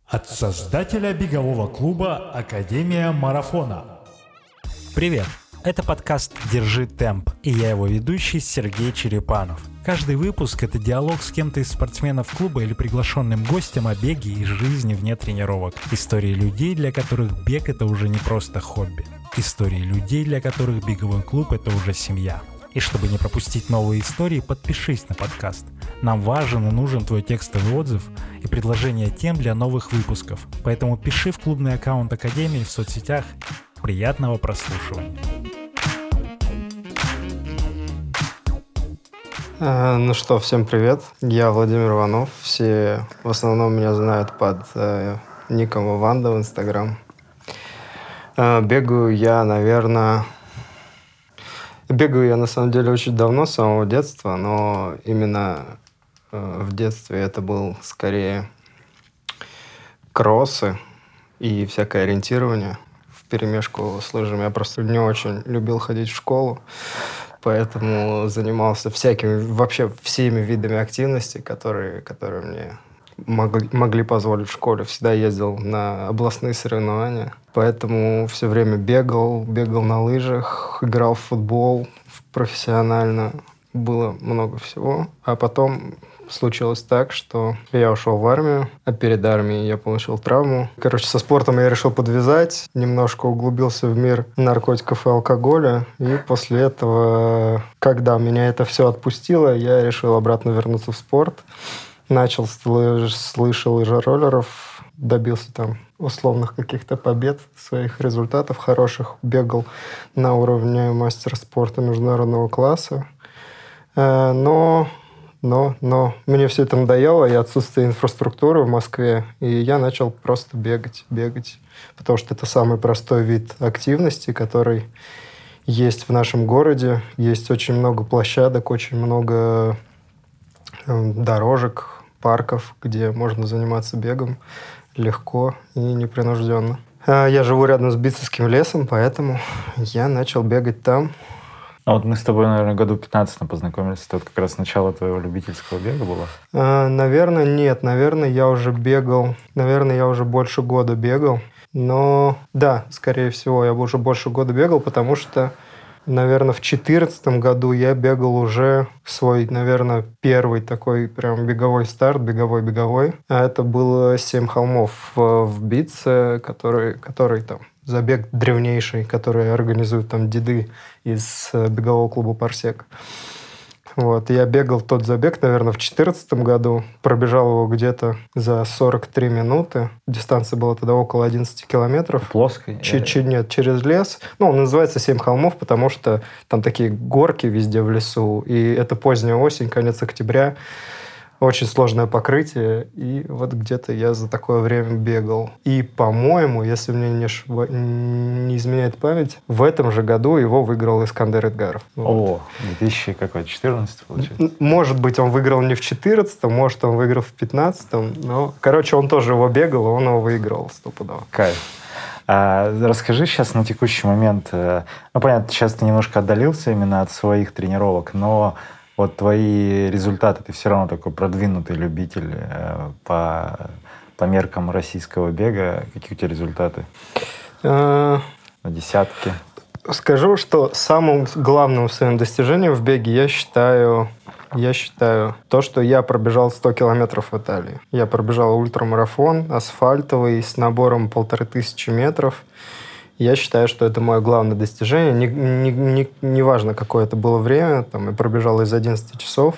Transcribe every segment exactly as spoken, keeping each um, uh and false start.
От создателя бегового клуба «Академия марафона». Привет! Это подкаст «Держи темп», и я его ведущий Сергей Черепанов. Каждый выпуск — это диалог с кем-то из спортсменов клуба или приглашенным гостем о беге и жизни вне тренировок. Истории людей, для которых бег — это уже не просто хобби. Истории людей, для которых беговой клуб — это уже семья. И чтобы не пропустить новые истории, подпишись на подкаст. Нам важен и нужен твой текстовый отзыв и предложение тем для новых выпусков. Поэтому пиши в клубный аккаунт Академии в соцсетях. Приятного прослушивания. Ну что, всем привет. Я Владимир Иванов. Все в основном меня знают под э, ником Ванда в Инстаграм. Э, бегаю я, наверное... Бегаю я, на самом деле, очень давно, с самого детства, но именно э, в детстве это был скорее кроссы и всякое ориентирование вперемешку с лыжами. Я просто не очень любил ходить в школу, поэтому занимался всякими, вообще всеми видами активностей, которые, которые мне могли, могли позволить в школе. Всегда ездил на областные соревнования, поэтому все время бегал, бегал на лыжах, играл в футбол профессионально. Было много всего. А потом случилось так, что я ушел в армию, а перед армией я получил травму. Короче, со спортом я решил подвязать, немножко углубился в мир наркотиков и алкоголя. И после этого, когда меня это все отпустило, я решил обратно вернуться в спорт. Начал с, лыж, с лыж и лыжероллеров, добился там условных каких-то побед, своих результатов хороших. Бегал на уровне мастера спорта международного класса. Но, но, но мне все это надоело, и отсутствие инфраструктуры в Москве, и я начал просто бегать, бегать, потому что это самый простой вид активности, который есть в нашем городе. Есть очень много площадок, очень много дорожек, парков, где можно заниматься бегом легко и непринужденно. Я живу рядом с Битцевским лесом, поэтому я начал бегать там. А вот мы с тобой, наверное, году пятнадцатом познакомились. Это вот как раз начало твоего любительского бега было? А, наверное, нет. Наверное, я уже бегал. Наверное, я уже больше года бегал. Но да, скорее всего, я уже больше года бегал, потому что, наверное, в две тысячи четырнадцатом году я бегал уже свой, наверное, первый такой прям беговой старт, беговой-беговой. А это было семь холмов в Битце, который, который там забег древнейший, который организуют там деды из бегового клуба «Парсек». Вот. Я бегал тот забег, наверное, в две тысячи четырнадцатом году. Пробежал его где-то за сорок три минуты. Дистанция была тогда около одиннадцать километров. Плоской? Ч- ч- нет, через лес. Ну, он называется «Семь холмов», потому что там такие горки везде в лесу. И это поздняя осень, конец октября. Очень сложное покрытие. И вот где-то я за такое время бегал. И, по-моему, если мне не, шва... не изменяет память, в этом же году его выиграл Искандер Эдгаров. Вот. О, две тысячи четырнадцатый, получается? Может быть, он выиграл не в четырнадцатом, может, он выиграл в пятнадцатом. Но, короче, он тоже его бегал, и он его выиграл стопудово. Кайф. А, расскажи сейчас на текущий момент. Ну, понятно, сейчас ты немножко отдалился именно от своих тренировок, но вот твои результаты, ты все равно такой продвинутый любитель э, по, по меркам российского бега. Какие у тебя результаты? На десятки? Скажу, что самым главным своим достижением в беге я считаю, я считаю то, что я пробежал сто километров в Италии. Я пробежал ультрамарафон асфальтовый с набором полторы тысячи метров. Я считаю, что это мое главное достижение. Не, не, не, не важно, какое это было время. Там, я пробежал из одиннадцати часов.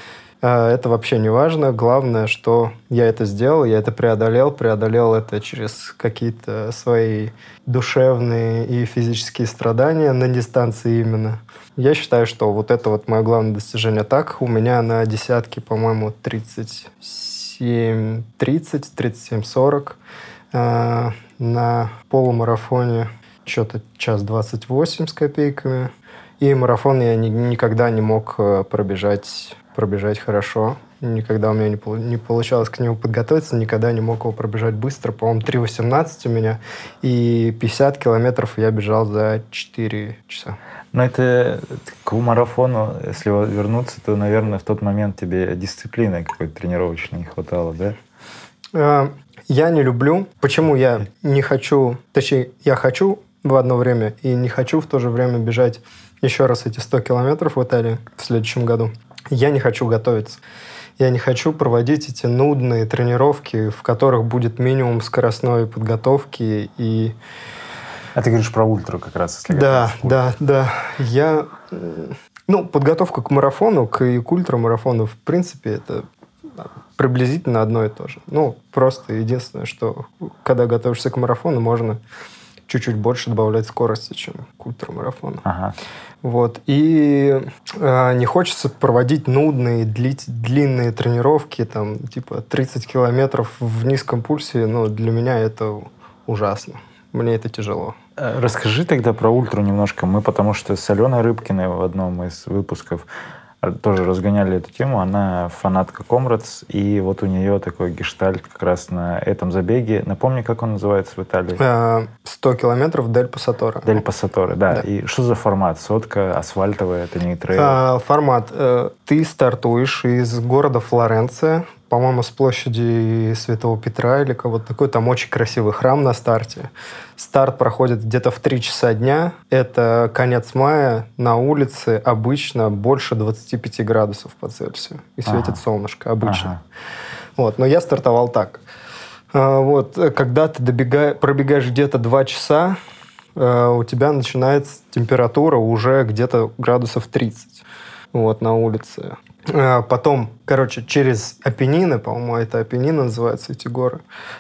Это вообще не важно. Главное, что я это сделал, я это преодолел. Преодолел это через какие-то свои душевные и физические страдания на дистанции именно. Я считаю, что вот это вот мое главное достижение. Так, у меня на десятке, по-моему, тридцать семь тридцать, тридцать семь сорок. На полумарафоне что-то час двадцать восемь с копейками. И марафон я ни, никогда не мог пробежать, пробежать хорошо. Никогда у меня не, не получалось к нему подготовиться, никогда не мог его пробежать быстро. По-моему, три восемнадцать у меня. И пятьдесят километров я бежал за четыре часа. Но это к марафону, если вернуться, то, наверное, в тот момент тебе дисциплины какой-то тренировочной не хватало, да? Я не люблю. Почему я не хочу... Точнее, я хочу в одно время и не хочу в то же время бежать еще раз эти сто километров в Италии в следующем году. Я не хочу готовиться. Я не хочу проводить эти нудные тренировки, в которых будет минимум скоростной подготовки и... А ты говоришь про ультру как раз. Если да, да, да. Я... Ну, подготовка к марафону, к, к ультрамарафону, в принципе, это приблизительно одно и то же. Ну, просто единственное, что когда готовишься к марафону, можно чуть-чуть больше добавлять скорости, чем к ультрамарафону. Ага. Вот. И э, не хочется проводить нудные, дли, длинные тренировки, там, типа тридцать километров в низком пульсе. Ну, для меня это ужасно. Мне это тяжело. Расскажи тогда про ультру немножко. Мы, потому что с Аленой Рыбкиной в одном из выпусков тоже разгоняли эту тему. Она фанатка Комрадс, и вот у нее такой гештальт как раз на этом забеге. Напомни, как он называется в Италии? сто километров Дель Пассаторе. Дель Пассаторе, да. да. И что за формат? Сотка, асфальтовая, это не трейл? А, формат. Ты стартуешь из города Флоренция, по-моему, с площади Святого Петра или кого-то такой. Там очень красивый храм на старте. Старт проходит где-то в три часа дня. Это конец мая. На улице обычно больше двадцати пяти градусов по Цельсию. И светит ага. солнышко обычно. Ага. Вот. Но я стартовал так. Вот. Когда ты добегаешь, пробегаешь где-то два часа, у тебя начинается температура уже где-то градусов тридцать. Вот, на улице. Потом, короче, через Апеннины, по-моему, это Апеннины называются, эти горы,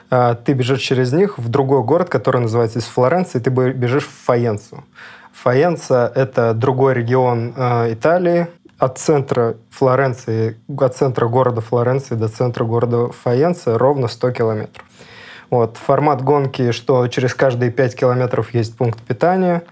ты бежишь через них в другой город, который называется из Флоренции, ты бежишь в Фаенцу. Фаенца – это другой регион Италии. От центра Флоренции, от центра города Флоренции до центра города Фаенца ровно сто километров. Вот. Формат гонки, что через каждые пять километров есть пункт питания.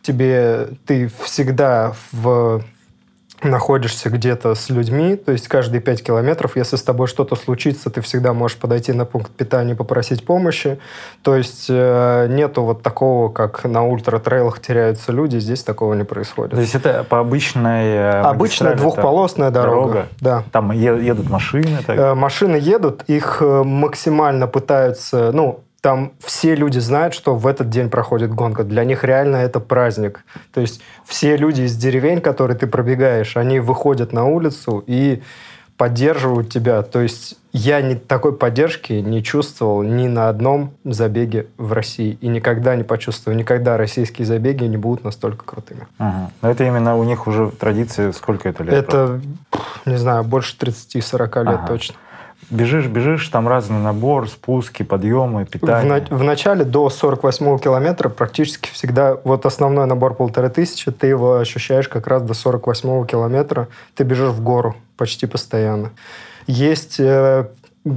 Тебе, ты всегда в... находишься где-то с людьми, то есть каждые пять километров, если с тобой что-то случится, ты всегда можешь подойти на пункт питания и попросить помощи. То есть э, нету вот такого, как на ультра-трейлах теряются люди, здесь такого не происходит. То есть это по обычной... Обычная двухполосная дорога. дорога. Да. Там едут машины? Так? Э, машины едут, их максимально пытаются... ну Там все люди знают, что в этот день проходит гонка. Для них реально это праздник. То есть все люди из деревень, которые ты пробегаешь, они выходят на улицу и поддерживают тебя. То есть я ни такой поддержки не чувствовал ни на одном забеге в России. И никогда не почувствую. Никогда российские забеги не будут настолько крутыми. Ага. Но это именно у них уже традиция, сколько это лет? Это, не знаю, больше тридцати-сорока лет ага. точно. Бежишь, бежишь, там разный набор, спуски, подъемы, питание. В, в начале до сорок восьмого километра практически всегда, вот основной набор полторы тысячи, ты его ощущаешь как раз до сорок восьмого километра. Ты бежишь в гору почти постоянно. Есть э,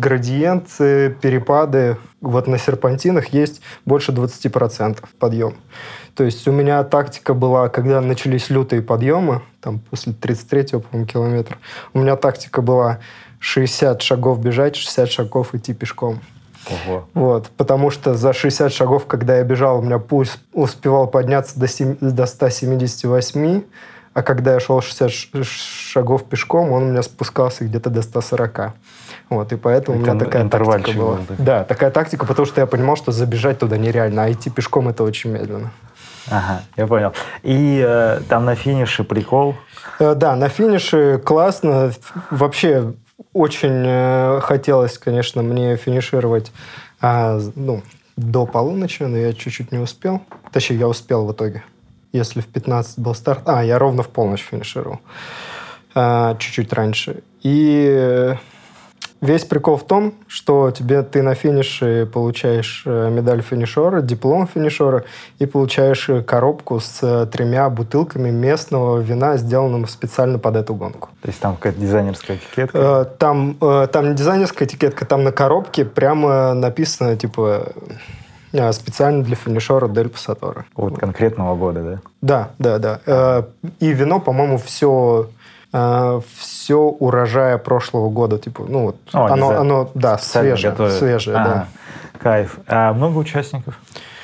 градиенты, перепады. Вот на серпантинах есть больше двадцати процентов подъем. То есть у меня тактика была, когда начались лютые подъемы, там после тридцать третьего, по-моему, километра, у меня тактика была шестьдесят шагов бежать, шестьдесят шагов идти пешком. Ого. Вот, потому что за шестьдесят шагов, когда я бежал, у меня пульс успевал подняться до, семи, до ста семидесяти восьми, а когда я шел шестьдесят шагов пешком, он у меня спускался где-то до ста сорока. Вот, и поэтому и у меня такая тактика была. Был, да. да, такая тактика, потому что я понимал, что забежать туда нереально, а идти пешком это очень медленно. Ага, я понял. И э, там на финише прикол? Э, да, на финише классно. Вообще очень э, хотелось, конечно, мне финишировать э, ну, до полуночи, но я чуть-чуть не успел. Точнее, я успел в итоге. Если в пятнадцать был старт... А, я ровно в полночь финишировал. Э, чуть-чуть раньше. И... Весь прикол в том, что тебе ты на финише получаешь медаль финишера, диплом финишера и получаешь коробку с тремя бутылками местного вина, сделанного специально под эту гонку. То есть там какая-то дизайнерская этикетка? Там, там не дизайнерская этикетка, там на коробке прямо написано, типа, специально для финишера Дель Пассаторе. Вот конкретного года, да? Да, да, да. И вино, по-моему, все... все урожая прошлого года, типа, ну вот, О, оно, за... оно, да, свежее, готовят. свежее, ага. да. Кайф. А много участников?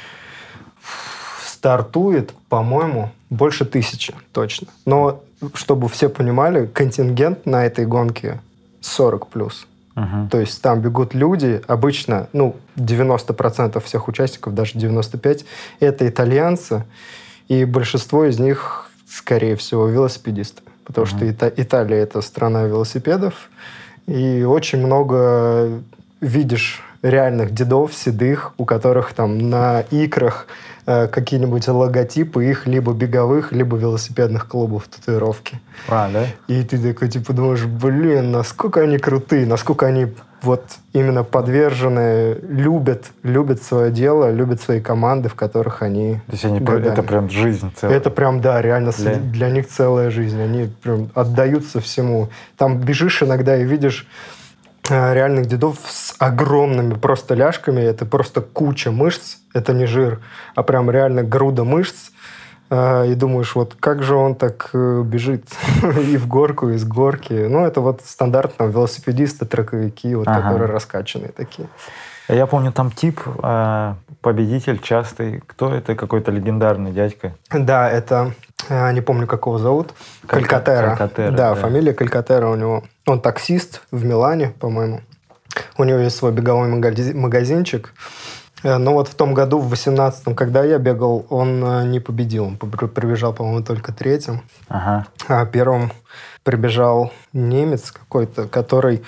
Стартует, по-моему, больше тысячи, точно. Но, чтобы все понимали, контингент на этой гонке сорок плюс. Uh-huh. То есть там бегут люди, обычно, ну, девяносто процентов всех участников, даже девяносто пять процентов, это итальянцы, и большинство из них, скорее всего, велосипедисты. Потому uh-huh. что Ита- Италия – это страна велосипедов, и очень много видишь реальных дедов седых, у которых там на икрах э, какие-нибудь логотипы их либо беговых, либо велосипедных клубов татуировки. А, да? И ты такой, типа, думаешь, блин, насколько они крутые, насколько они вот именно подвержены, любят, любят свое дело, любят свои команды, в которых они... То есть они, годами. это прям жизнь целая? Это прям, да, реально для... для них целая жизнь. Они прям отдаются всему. Там бежишь иногда и видишь реальных дедов с огромными просто ляжками. Это просто куча мышц. Это не жир, а прям реально груда мышц. И думаешь, вот как же он так бежит и в горку, и с горки. Ну, это вот стандартно велосипедисты, трековики, вот, ага. которые раскачанные такие. Я помню, там тип, победитель частый. Кто это? Какой-то легендарный дядька. Да, это... Не помню, как его зовут. Калькатера. Калькатера да, да, фамилия Калькатера у него. Он таксист в Милане, по-моему. У него есть свой беговой магазинчик. Но вот в том году, в восемнадцатом, когда я бегал, он не победил. Он прибежал, по-моему, только третьим. Ага. А первым прибежал немец какой-то, который...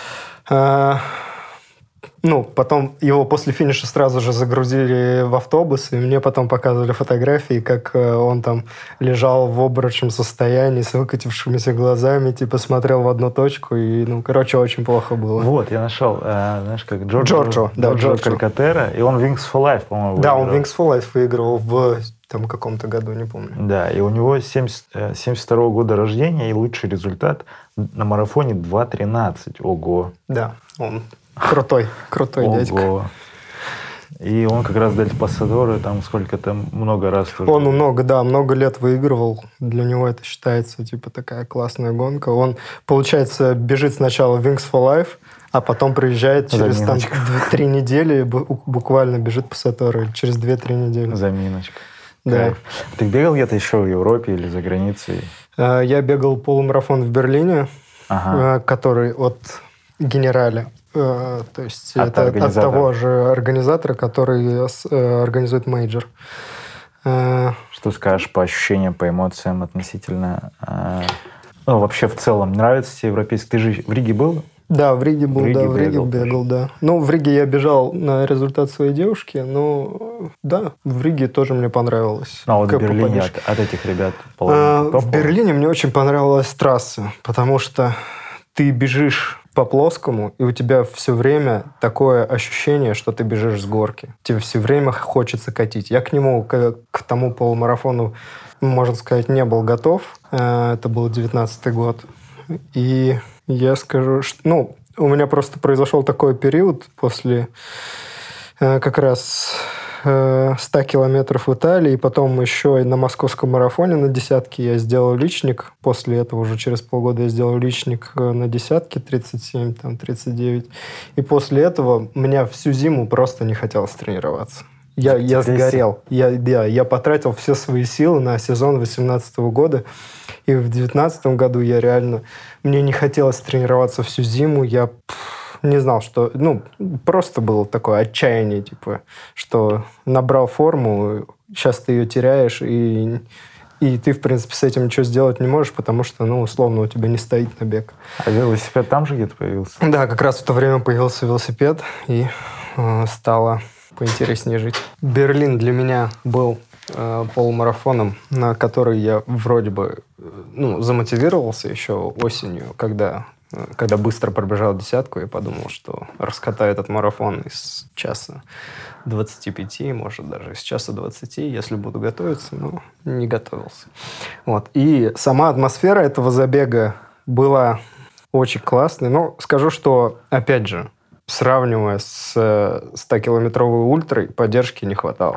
Э, ну, потом его после финиша сразу же загрузили в автобус, и мне потом показывали фотографии, как он там лежал в обморочном состоянии с выкатившимися глазами, типа смотрел в одну точку, и, ну, короче, очень плохо было. Вот, я нашел, э, знаешь, как Джорджо, Джорджо, да, Джорджо Калькатера, и он Wings for Life, по-моему, Да, выиграл. он Wings for Life выиграл в там каком-то году, не помню. Да, и у него семьдесят, семьдесят второго года рождения, и лучший результат на марафоне два тринадцать. Ого. Да, он... Крутой, крутой Ого. дядька. И он как раз Дель Пасадоре там сколько-то, много раз тоже. Он много, да, много лет выигрывал. Для него это считается, типа, такая классная гонка. Он, получается, бежит сначала Wings for Life, а потом приезжает через там три недели, буквально бежит Пассаторе, через две-три недели. Заминочка. Да. Кайф. Ты бегал где-то еще в Европе или за границей? Я бегал полумарафон в Берлине, ага. который от Генерали. То есть от это от того же организатора, который организует мейджор. Что скажешь по ощущениям, по эмоциям относительно... Ну, вообще в целом нравится тебе европейский? Ты же в Риге был? Да, в Риге был, в Риге да, в Риге бегал, бегал, да. Ну, в Риге я бежал на результат своей девушки, но да, в Риге тоже мне понравилось. А вот в Берлине от, от этих ребят а, В Берлине мне очень понравилась трасса, потому что ты бежишь по плоскому, и у тебя все время такое ощущение, что ты бежишь с горки. Тебе все время хочется катить. Я к нему, к, к тому полумарафону, можно сказать, не был готов. Это был девятнадцатый год. И я скажу, что... Ну, у меня просто произошел такой период после как раз ста километров в Италии, и потом еще и на московском марафоне на десятке я сделал личник. После этого уже через полгода я сделал личник на десятке тридцать семь, там, тридцать девять. И после этого меня всю зиму просто не хотелось тренироваться. Я, я сгорел. Я, я, я потратил все свои силы на сезон восемнадцатого года. И в девятнадцатом году я реально... Мне не хотелось тренироваться всю зиму. Я... Не знал, что... Ну, просто было такое отчаяние, типа, что набрал форму, сейчас ты ее теряешь, и, и ты, в принципе, с этим ничего сделать не можешь, потому что, ну, условно, у тебя не стоит набег. А велосипед там же где-то появился? Да, как раз в то время появился велосипед, и э, стало поинтереснее жить. Берлин для меня был э, полумарафоном, на который я вроде бы ну, замотивировался еще осенью, когда... Когда быстро пробежал десятку, я подумал, что раскатаю этот марафон из часа двадцати пяти, может, даже из часа двадцати, если буду готовиться, но не готовился. Вот. И сама атмосфера этого забега была очень классной. Но скажу, что, опять же, сравнивая с ста-километровой ультрой, поддержки не хватало.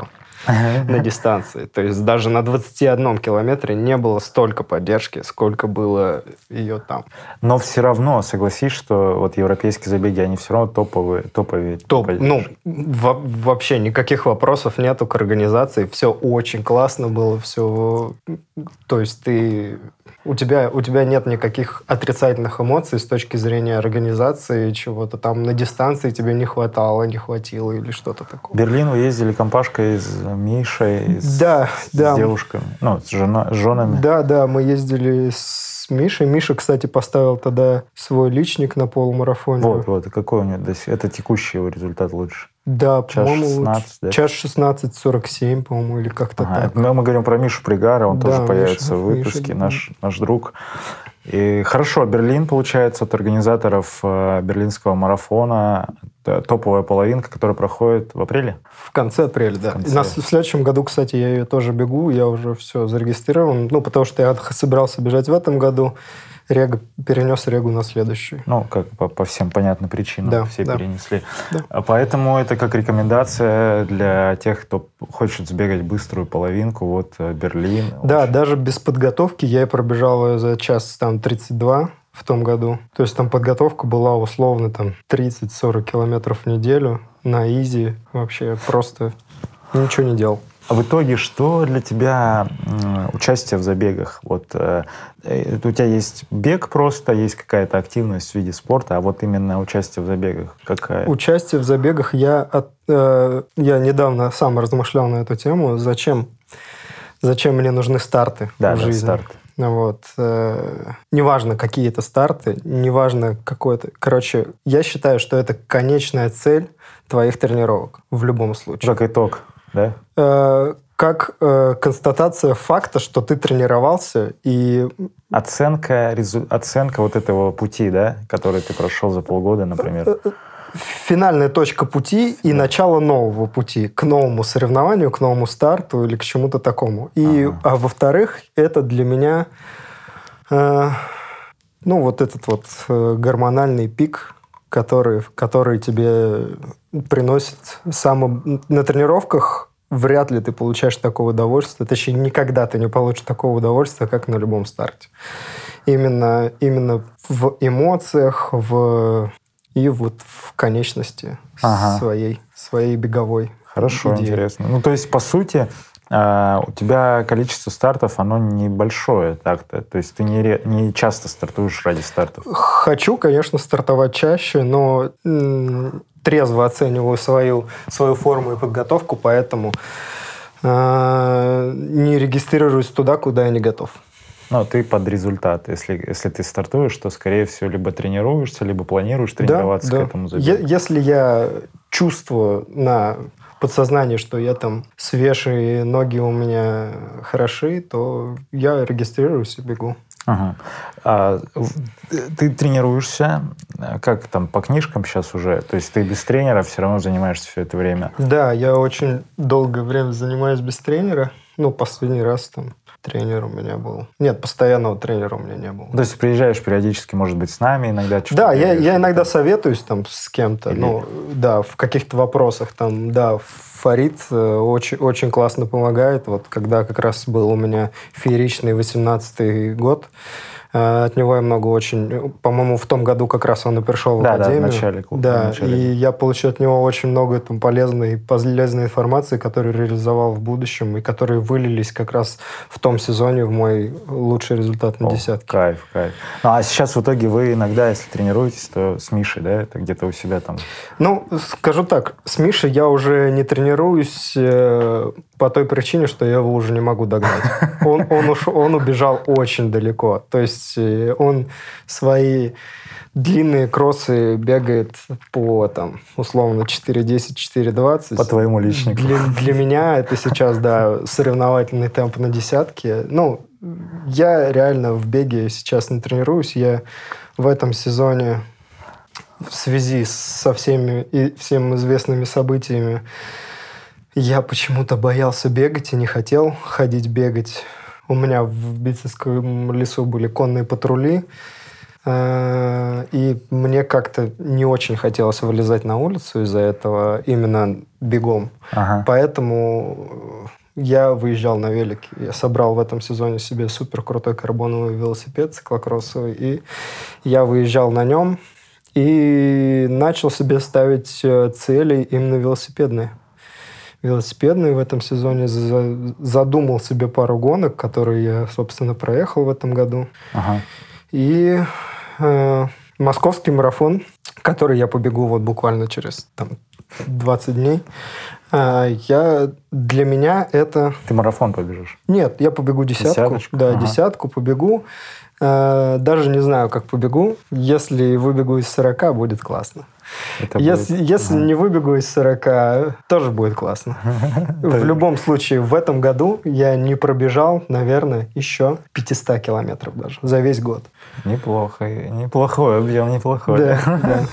на дистанции. То есть даже на двадцати одном километре не было столько поддержки, сколько было ее там. Но все равно, согласись, что вот европейские забеги, они все равно топовые. топовые Топ, ну, во- вообще никаких вопросов нету к организации. Все очень классно было, все... То есть ты... У тебя, у тебя нет никаких отрицательных эмоций с точки зрения организации чего-то там на дистанции тебе не хватало, не хватило или что-то такое. В Берлин вы ездили компашкой с Мишей, с, да, с да. девушками, ну, с, жена, с женами. Да, да, мы ездили с Мишей. Миша, кстати, поставил тогда свой личник на полумарафоне. Вот, вот. И какой у него? Это текущий его результат лучше? Да, час по-моему, шестнадцать, да? час шестнадцать сорок семь, по-моему, или как-то ага. так. Мы, мы говорим про Мишу Пригара, он да, тоже появится Миша, в выпуске, Миша, наш, наш друг. И хорошо, Берлин, получается, от организаторов берлинского марафона, топовая половинка, которая проходит в апреле? В конце апреля, да. В, конце. На, в следующем году, кстати, я ее тоже бегу, я уже все зарегистрирован, ну, потому что я собирался бежать в этом году, Рега, перенес Регу на следующую. Ну, как по, по всем понятным причинам, да, все да. перенесли. Да. Поэтому это как рекомендация для тех, кто хочет сбегать быструю половинку, вот Берлин. Да, очень... даже без подготовки я пробежал ее за час там, тридцать два в том году. То есть там подготовка была условно там тридцать-сорок километров в неделю на изи. Вообще просто ничего не делал. А в итоге, что для тебя участие в забегах? Вот э, у тебя есть бег просто, есть какая-то активность в виде спорта, а вот именно участие в забегах какая? Участие в забегах я, от, э, я недавно сам размышлял на эту тему. Зачем, зачем мне нужны старты да, в да, жизни? Старты. Вот. Э, неважно, какие это старты, неважно, какой-то... Короче, я считаю, что это конечная цель твоих тренировок в любом случае. Как итог. Да? Э, как э, констатация факта, что ты тренировался и... Оценка, резу... Оценка вот этого пути, да, который ты прошел за полгода, например. Финальная точка пути и начало нового пути к новому соревнованию, к новому старту или к чему-то такому. И, ага. А во-вторых, это для меня э, ну, вот этот вот э, гормональный пик, который, который тебе приносит само... На тренировках вряд ли ты получаешь такого удовольствия. Точнее, никогда ты не получишь такого удовольствия, как на любом старте. Именно, именно в эмоциях, в... и вот в конечности ага. своей, своей беговой. Хорошо, идеи. Интересно. Ну, то есть, по сути, у тебя количество стартов, оно небольшое так-то. То есть ты не, не часто стартуешь ради стартов. Хочу, конечно, стартовать чаще, но м- трезво оцениваю свою, свою форму и подготовку, поэтому э- не регистрируюсь туда, куда я не готов. Ну, ты под результат. Если, если ты стартуешь, то, скорее всего, либо тренируешься, либо планируешь тренироваться да, к да. этому забегу. Если я чувствую на подсознании, что я там свеж и ноги у меня хороши, то я регистрируюсь и бегу. Ага. А, ты тренируешься, как там, по книжкам сейчас уже? То есть ты без тренера все равно занимаешься все это время? Да, я очень долгое время занимаюсь без тренера. Ну, последний раз там тренер у меня был. Нет, постоянного тренера у меня не было. То есть приезжаешь периодически, может быть, с нами иногда? Да, я, я иногда советуюсь там с кем-то. Или... Ну, да, в каких-то вопросах. Там, да, Фарид очень, очень классно помогает. Вот когда как раз был у меня фееричный восемнадцатый год, от него я много очень... По-моему, в том году как раз он и пришел в да, академию. Да, в начале клуба. Да, в начале. и я получил от него очень много там, полезной, полезной информации, которую реализовал в будущем, и которые вылились как раз в том сезоне в мой лучший результат на О, десятке. Кайф, кайф. Ну, а сейчас в итоге вы иногда, если тренируетесь, то с Мишей, да? Это где-то у себя там... Ну, скажу так, с Мишей я уже не тренируюсь э, по той причине, что я его уже не могу догнать. Он, он, ушел, он убежал очень далеко. То есть он свои длинные кроссы бегает по, там, условно, четыре десять - четыре двадцать. По твоему личнику. Для, для меня это сейчас, да, соревновательный темп на десятке. Ну, я реально в беге сейчас не тренируюсь. Я в этом сезоне в связи со всеми и всем известными событиями я почему-то боялся бегать и не хотел ходить бегать. У меня в Битцевском лесу были конные патрули. И мне как-то не очень хотелось вылезать на улицу из-за этого, именно бегом. Ага. Поэтому я выезжал на велике. Я собрал в этом сезоне себе супер крутой карбоновый велосипед циклокроссовый, и я выезжал на нем и начал себе ставить цели именно велосипедные. Велосипедные в этом сезоне. Задумал себе пару гонок, которые я, собственно, проехал в этом году. Ага. И э, московский марафон, который я побегу вот буквально через там, двадцать дней, э, я, для меня это... Ты марафон побежишь? Нет, я побегу десятку. Десяточку? Да, ага. десятку побегу. Э, даже не знаю, как побегу. Если выбегу из сорока, будет классно. Это если будет... если ага. не выбегу из сорока, тоже будет классно. В любом случае, в этом году я не пробежал, наверное, еще пятьсот километров даже за весь год. Неплохо. Неплохой объем, неплохой. Да, да.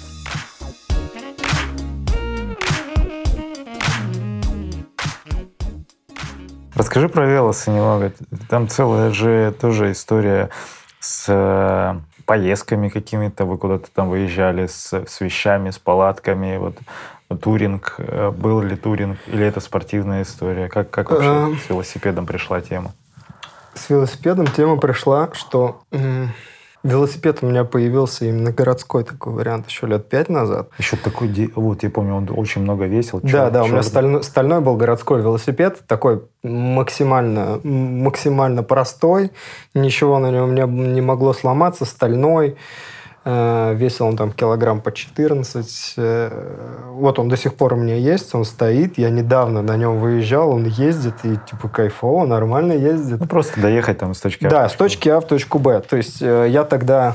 Расскажи про велосы немного. Там целая же тоже история с поездками какими-то, вы куда-то там выезжали с, с вещами, с палатками, вот туринг, был ли туринг, или это спортивная история? Как, как вообще с велосипедом пришла тема? С велосипедом тема пришла, что м- велосипед у меня появился именно городской такой вариант еще лет пять назад. Еще такой, вот я помню, он очень много весил. Да, чер- да, у меня черный. стальной, стальной был городской велосипед, такой максимально, максимально простой, ничего на нем не, не могло сломаться, стальной, э, весил он там килограмм по четырнадцать, э, вот он до сих пор у меня есть, он стоит, я недавно на нем выезжал, он ездит и типа кайфово, нормально ездит. Ну, просто доехать там с точки А. Да, с точки А в точку Б, то есть э, я тогда...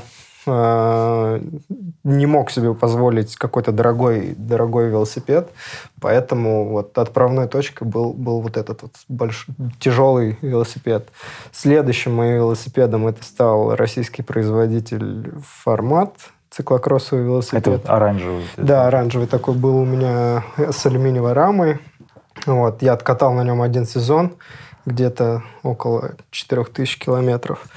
не мог себе позволить какой-то дорогой, дорогой велосипед, поэтому вот отправной точкой был, был вот этот вот большой, тяжелый велосипед. Следующим моим велосипедом это стал российский производитель «Формат», циклокроссовый велосипед. Это вот оранжевый? Да, оранжевый такой был у меня с алюминиевой рамой. Вот, я откатал на нем один сезон, где-то около четырех тысяч километров.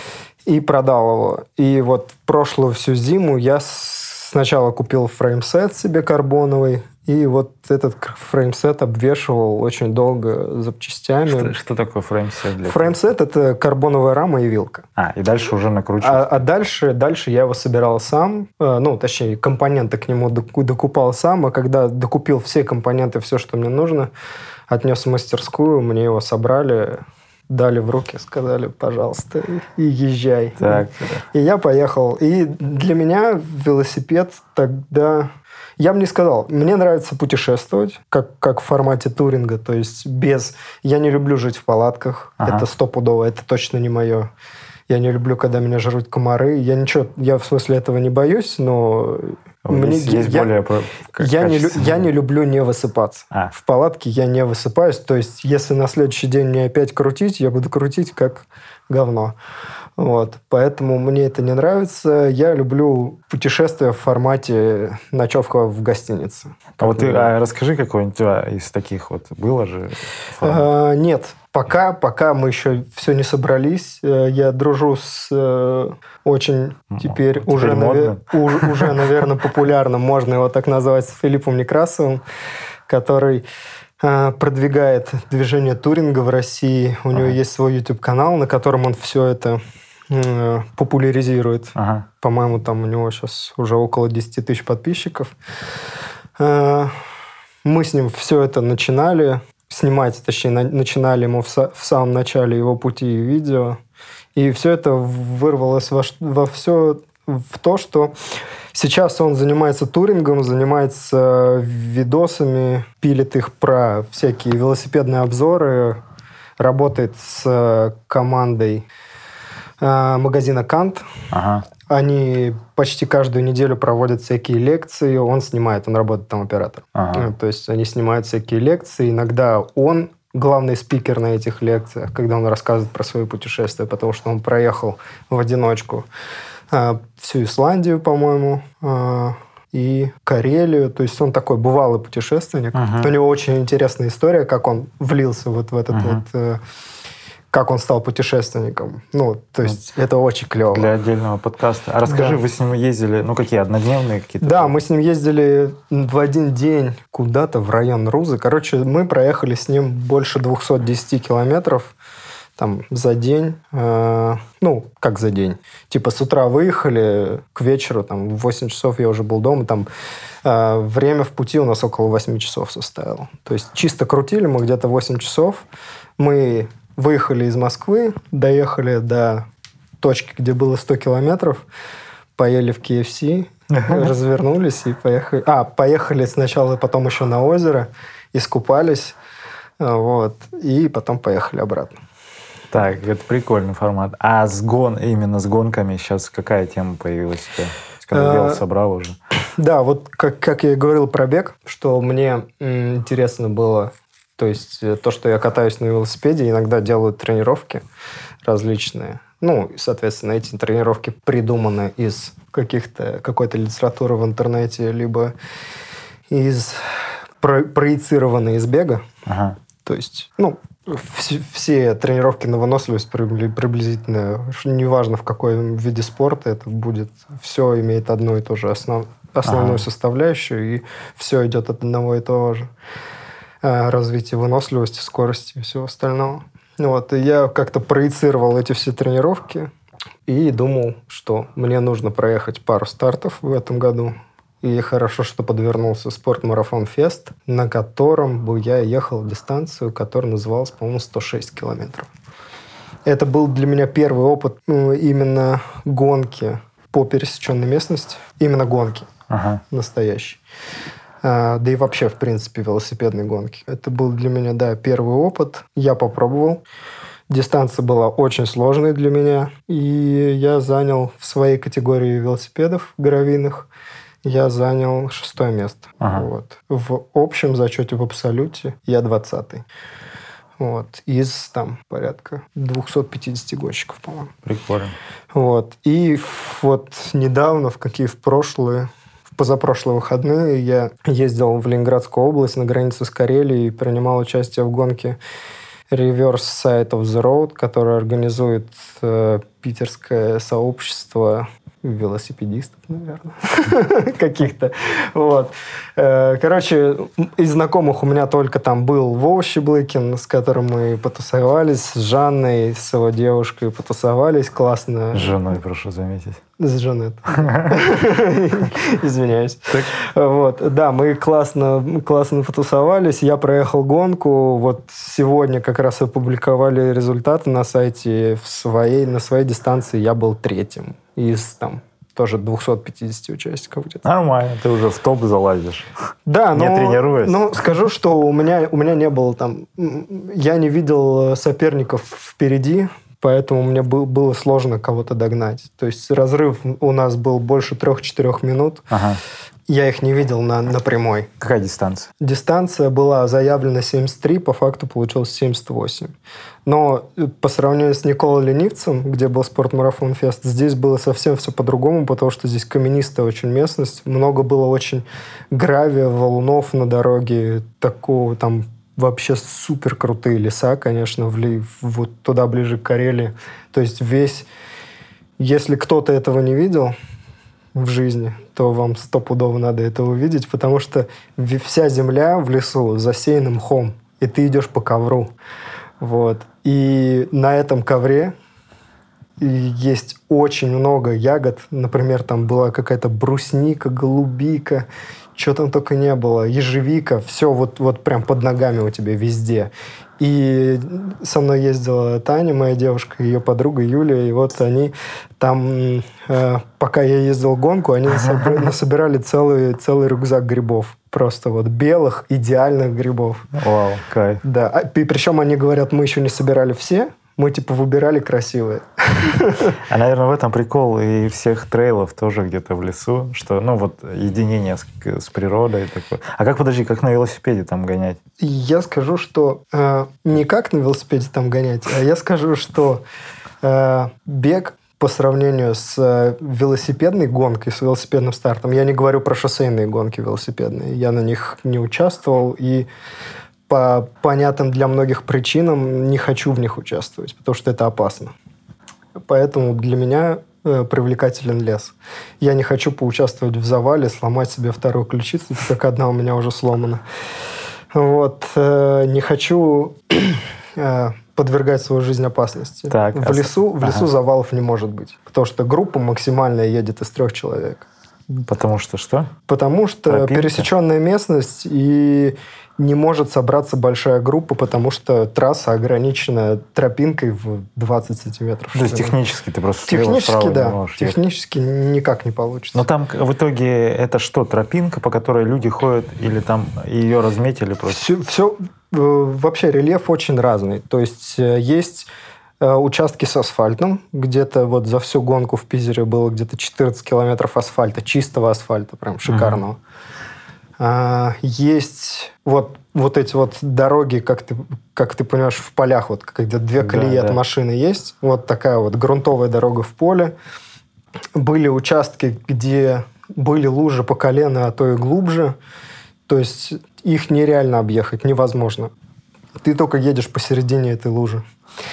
И продал его. И вот прошлую всю зиму я сначала купил фреймсет себе карбоновый, и вот этот фреймсет обвешивал очень долго запчастями. Что, что такое фреймсет? Для фреймсет – это карбоновая рама и вилка. А, и дальше уже накручивать. А, а дальше, дальше я его собирал сам, ну, точнее, компоненты к нему докупал сам, а когда докупил все компоненты, все, что мне нужно, отнес в мастерскую, мне его собрали, дали в руки, сказали, пожалуйста, и езжай. Так. И я поехал. И для меня велосипед тогда... Я бы не сказал. Мне нравится путешествовать, как, как в формате туринга. То есть без... Я не люблю жить в палатках. Ага. Это стопудово. Это точно не мое. Я не люблю, когда меня жрут комары. Я ничего... Я в смысле этого не боюсь, но... Мне, есть, есть я, более я, не, я не люблю не высыпаться. А. В палатке я не высыпаюсь. То есть, если на следующий день мне опять крутить, я буду крутить как говно. Вот. Поэтому мне это не нравится. Я люблю путешествия в формате ночевка в гостинице. А вот ты а расскажи, какой-нибудь из таких вот было же? А, нет. Пока, пока мы еще все не собрались. Я дружу с э, очень теперь, теперь уже, навер... уже, уже, наверное, популярным, можно его так назвать, с Филиппом Некрасовым, который э, продвигает движение туринга в России. У ага. него есть свой YouTube-канал, на котором он все это э, популяризирует. Ага. По-моему, там у него сейчас уже около десять тысяч подписчиков. Э, мы с ним все это начинали. Снимать, точнее, на, начинали ему в, са, в самом начале его пути видео. И все это вырвалось во, во все в то, что сейчас он занимается турингом, занимается видосами, пилит их про всякие велосипедные обзоры, работает с командой э, магазина «Кант». Ага. Они почти каждую неделю проводят всякие лекции. Он снимает, он работает там оператором. Ага. То есть они снимают всякие лекции. Иногда он главный спикер на этих лекциях, когда он рассказывает про свои путешествия, потому что он проехал в одиночку всю Исландию, по-моему, и Карелию. То есть он такой бывалый путешественник. Ага. У него очень интересная история, как он влился вот в этот ага. вот как он стал путешественником. Ну, то есть это очень клево. Для отдельного подкаста. А расскажи, Да. вы с ним ездили, ну, какие, однодневные какие-то? Да, мы с ним ездили в один день куда-то в район Рузы. Короче, мы проехали с ним больше двести десять километров там за день. Э, ну, как за день. Типа с утра выехали, к вечеру, там, в восемь часов я уже был дома. Там э, время в пути у нас около восемь часов составило. То есть чисто крутили мы где-то восемь часов. Мы выехали из Москвы, доехали до точки, где было сто километров, поели в кей эф си, развернулись и поехали. А, поехали сначала, потом еще на озеро, искупались, вот, и потом поехали обратно. Так, это прикольный формат. А с гон, именно с гонками сейчас какая тема появилась у тебя? Когда вело собрал уже. Да, вот как, как я и говорил про бег, что мне м, интересно было, то есть то, что я катаюсь на велосипеде, иногда делаю тренировки различные. Ну, и, соответственно, эти тренировки придуманы из каких-то, какой-то литературы в интернете, либо из про, проецированы из бега. Ага. То есть, ну, все, все тренировки на выносливость приблизительно, неважно в каком виде спорта это будет, все имеет одну и ту же основ, основную ага. составляющую, и все идет от одного и того же. Развития выносливости, скорости и всего остального. Вот, и я как-то проецировал эти все тренировки и думал, что мне нужно проехать пару стартов в этом году. И хорошо, что подвернулся спорт-марафон Фест, на котором бы я ехал дистанцию, которая называлась, по-моему, сто шесть километров. Это был для меня первый опыт ну, именно гонки по пересеченной местности. Именно гонки ага. настоящие. А, да и вообще, в принципе, велосипедной гонки. Это был для меня, да, первый опыт. Я попробовал. Дистанция была очень сложной для меня. И я занял в своей категории велосипедов гравийных я занял шестое место. Ага. Вот. В общем зачете в абсолюте я двадцатый. Вот. Из там порядка двести пятьдесят гонщиков, по-моему. Прикольно. Вот. И вот недавно, в какие в прошлые, в позапрошлые выходные, я ездил в Ленинградскую область на границе с Карелией и принимал участие в гонке Reverse Side of the Road, которую организует э, питерское сообщество велосипедистов, наверное, каких-то. Вот. Короче, из знакомых у меня только там был Вова Щеблыкин, с которым мы потусовались, с Жанной, с его девушкой потусовались, классно. С женой, прошу заметить. С Жанет. Извиняюсь. Вот. Да, мы классно, классно потусовались. Я проехал гонку. Вот сегодня как раз опубликовали результаты на сайте. В своей, на своей дистанции я был третьим из там тоже двести пятьдесят участников где-то. Нормально, ты уже в топ залазишь. Да, не но, тренируясь. Ну, скажу, что у меня, у меня не было там... Я не видел соперников впереди, поэтому мне был, было сложно кого-то догнать. То есть разрыв у нас был больше трех-четырех минут. Ага. Я их не видел на, на прямой. Какая дистанция? Дистанция была заявлена семьдесят три, по факту получилось семьдесят восемь. Но по сравнению с Николой Ленивцем, где был спорт-марафон Фест, здесь было совсем все по-другому, потому что здесь каменистая очень местность. Много было очень гравия, валунов на дороге. Такого там вообще супер крутые леса, конечно, в, вот туда ближе к Карелии. То есть весь... Если кто-то этого не видел в жизни, то вам стопудово надо это увидеть, потому что вся земля в лесу засеяна мхом, и ты идешь по ковру. Вот. И на этом ковре есть очень много ягод. Например, там была какая-то брусника, голубика, что там только не было, ежевика, все вот, вот прям под ногами у тебя везде. И со мной ездила Таня, моя девушка, ее подруга Юлия, и вот они там, э, пока я ездил в гонку, они насобирали целый, целый рюкзак грибов. Просто вот белых, идеальных грибов. Вау, кайф. Да, и причем они говорят, мы еще не собирали все, мы типа выбирали красивые. А, наверное, в этом прикол и всех трейлов тоже где-то в лесу, что, ну, вот единение с, с природой такое. А как, подожди, как на велосипеде там гонять? Я скажу, что э, не как на велосипеде там гонять, а я скажу, что э, бег по сравнению с э, велосипедной гонкой, с велосипедным стартом, я не говорю про шоссейные гонки велосипедные, я на них не участвовал, и по понятным для многих причинам не хочу в них участвовать, потому что это опасно. Поэтому для меня э, привлекателен лес. Я не хочу поучаствовать в завале, сломать себе вторую ключицу, как одна у меня уже сломана. Вот. Э, не хочу э, подвергать свою жизнь опасности. Так, в лесу, в лесу ага. завалов не может быть, потому что группа максимальная едет из трех человек. Потому что что? Потому что Тропинка? пересеченная местность, и не может собраться большая группа, потому что трасса ограничена тропинкой в двадцать сантиметров. То есть технически ты просто Технически, слева, да. не можешь ехать. Технически никак не получится. Но там в итоге это что, тропинка, по которой люди ходят, или там ее разметили просто? Все, все, вообще рельеф очень разный. То есть есть участки с асфальтом. Где-то вот за всю гонку в Питере было где-то четырнадцать километров асфальта, чистого асфальта, прям шикарного. Mm-hmm. А, есть вот, вот эти вот дороги, как ты, как ты понимаешь, в полях, вот, где две колеи да, от да. машины есть. Вот такая вот грунтовая дорога в поле. Были участки, где были лужи по колено, а то и глубже. То есть их нереально объехать, невозможно. Ты только едешь посередине этой лужи.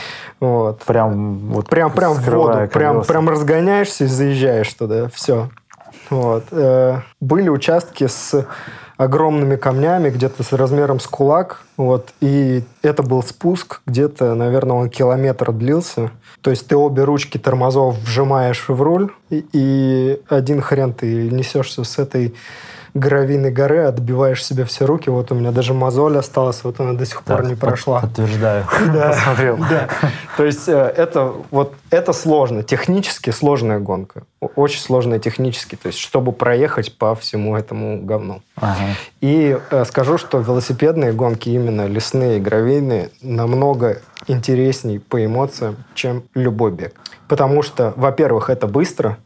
Вот. Прям, вот прям, прям в воду. Прям, прям разгоняешься и заезжаешь туда. Все. Вот. Были участки с огромными камнями, где-то с размером с кулак. Вот. И это был спуск, где-то, наверное, он километр длился. То есть ты обе ручки тормозов вжимаешь в руль, и, и один хрен ты несешься с этой гравийной горы, отбиваешь себе все руки. Вот у меня даже мозоль осталась, вот она до сих пор да, не прошла. Подтверждаю. Да, посмотрел. Да. То есть это, вот, это сложно, технически сложная гонка. Очень сложная технически, то есть чтобы проехать по всему этому говну. Ага. И э, скажу, что велосипедные гонки, именно лесные, гравийные, намного интересней по эмоциям, чем любой бег. Потому что, во-первых, это быстро,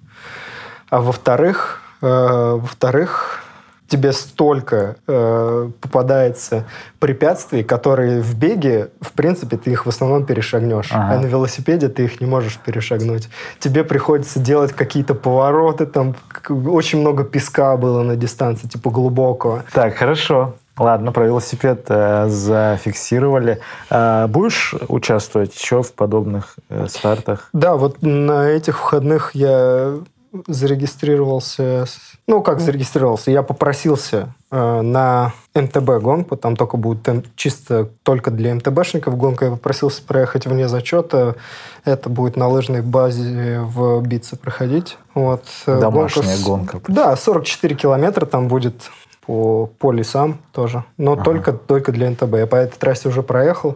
а во-вторых, э, во-вторых, тебе столько э, попадается препятствий, которые в беге, в принципе, ты их в основном перешагнешь. Ага. А на велосипеде ты их не можешь перешагнуть. Тебе приходится делать какие-то повороты, там очень много песка было на дистанции, типа глубокого. Так, хорошо. Ладно, про велосипед э, зафиксировали. Э, будешь участвовать еще в подобных э, стартах? Да, вот на этих выходных я зарегистрировался... Ну, как зарегистрировался? Я попросился э, на эм тэ бэ гонку. Там только будет эм, чисто только для эм тэ бэшников гонка. Я попросился проехать вне зачета. Это будет на лыжной базе в Битце проходить. Вот. Домашняя гонка. гонка. Да, сорок четыре километра там будет по, по лесам тоже. Но ага. только, только для эм тэ бэ. Я по этой трассе уже проехал.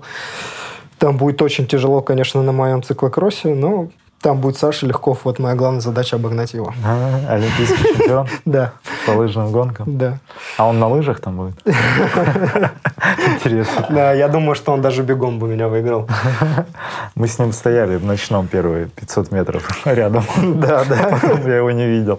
Там будет очень тяжело, конечно, на моем циклокроссе, но... Там будет Саша Легков. Вот моя главная задача — обогнать его. А, олимпийский чемпион? Да. По лыжным гонкам? Да. А он на лыжах там будет? Интересно. Да, я думаю, что он даже бегом бы меня выиграл. Мы с ним стояли в ночном первые пятьсот метров рядом. Да, да. Потом я его не видел.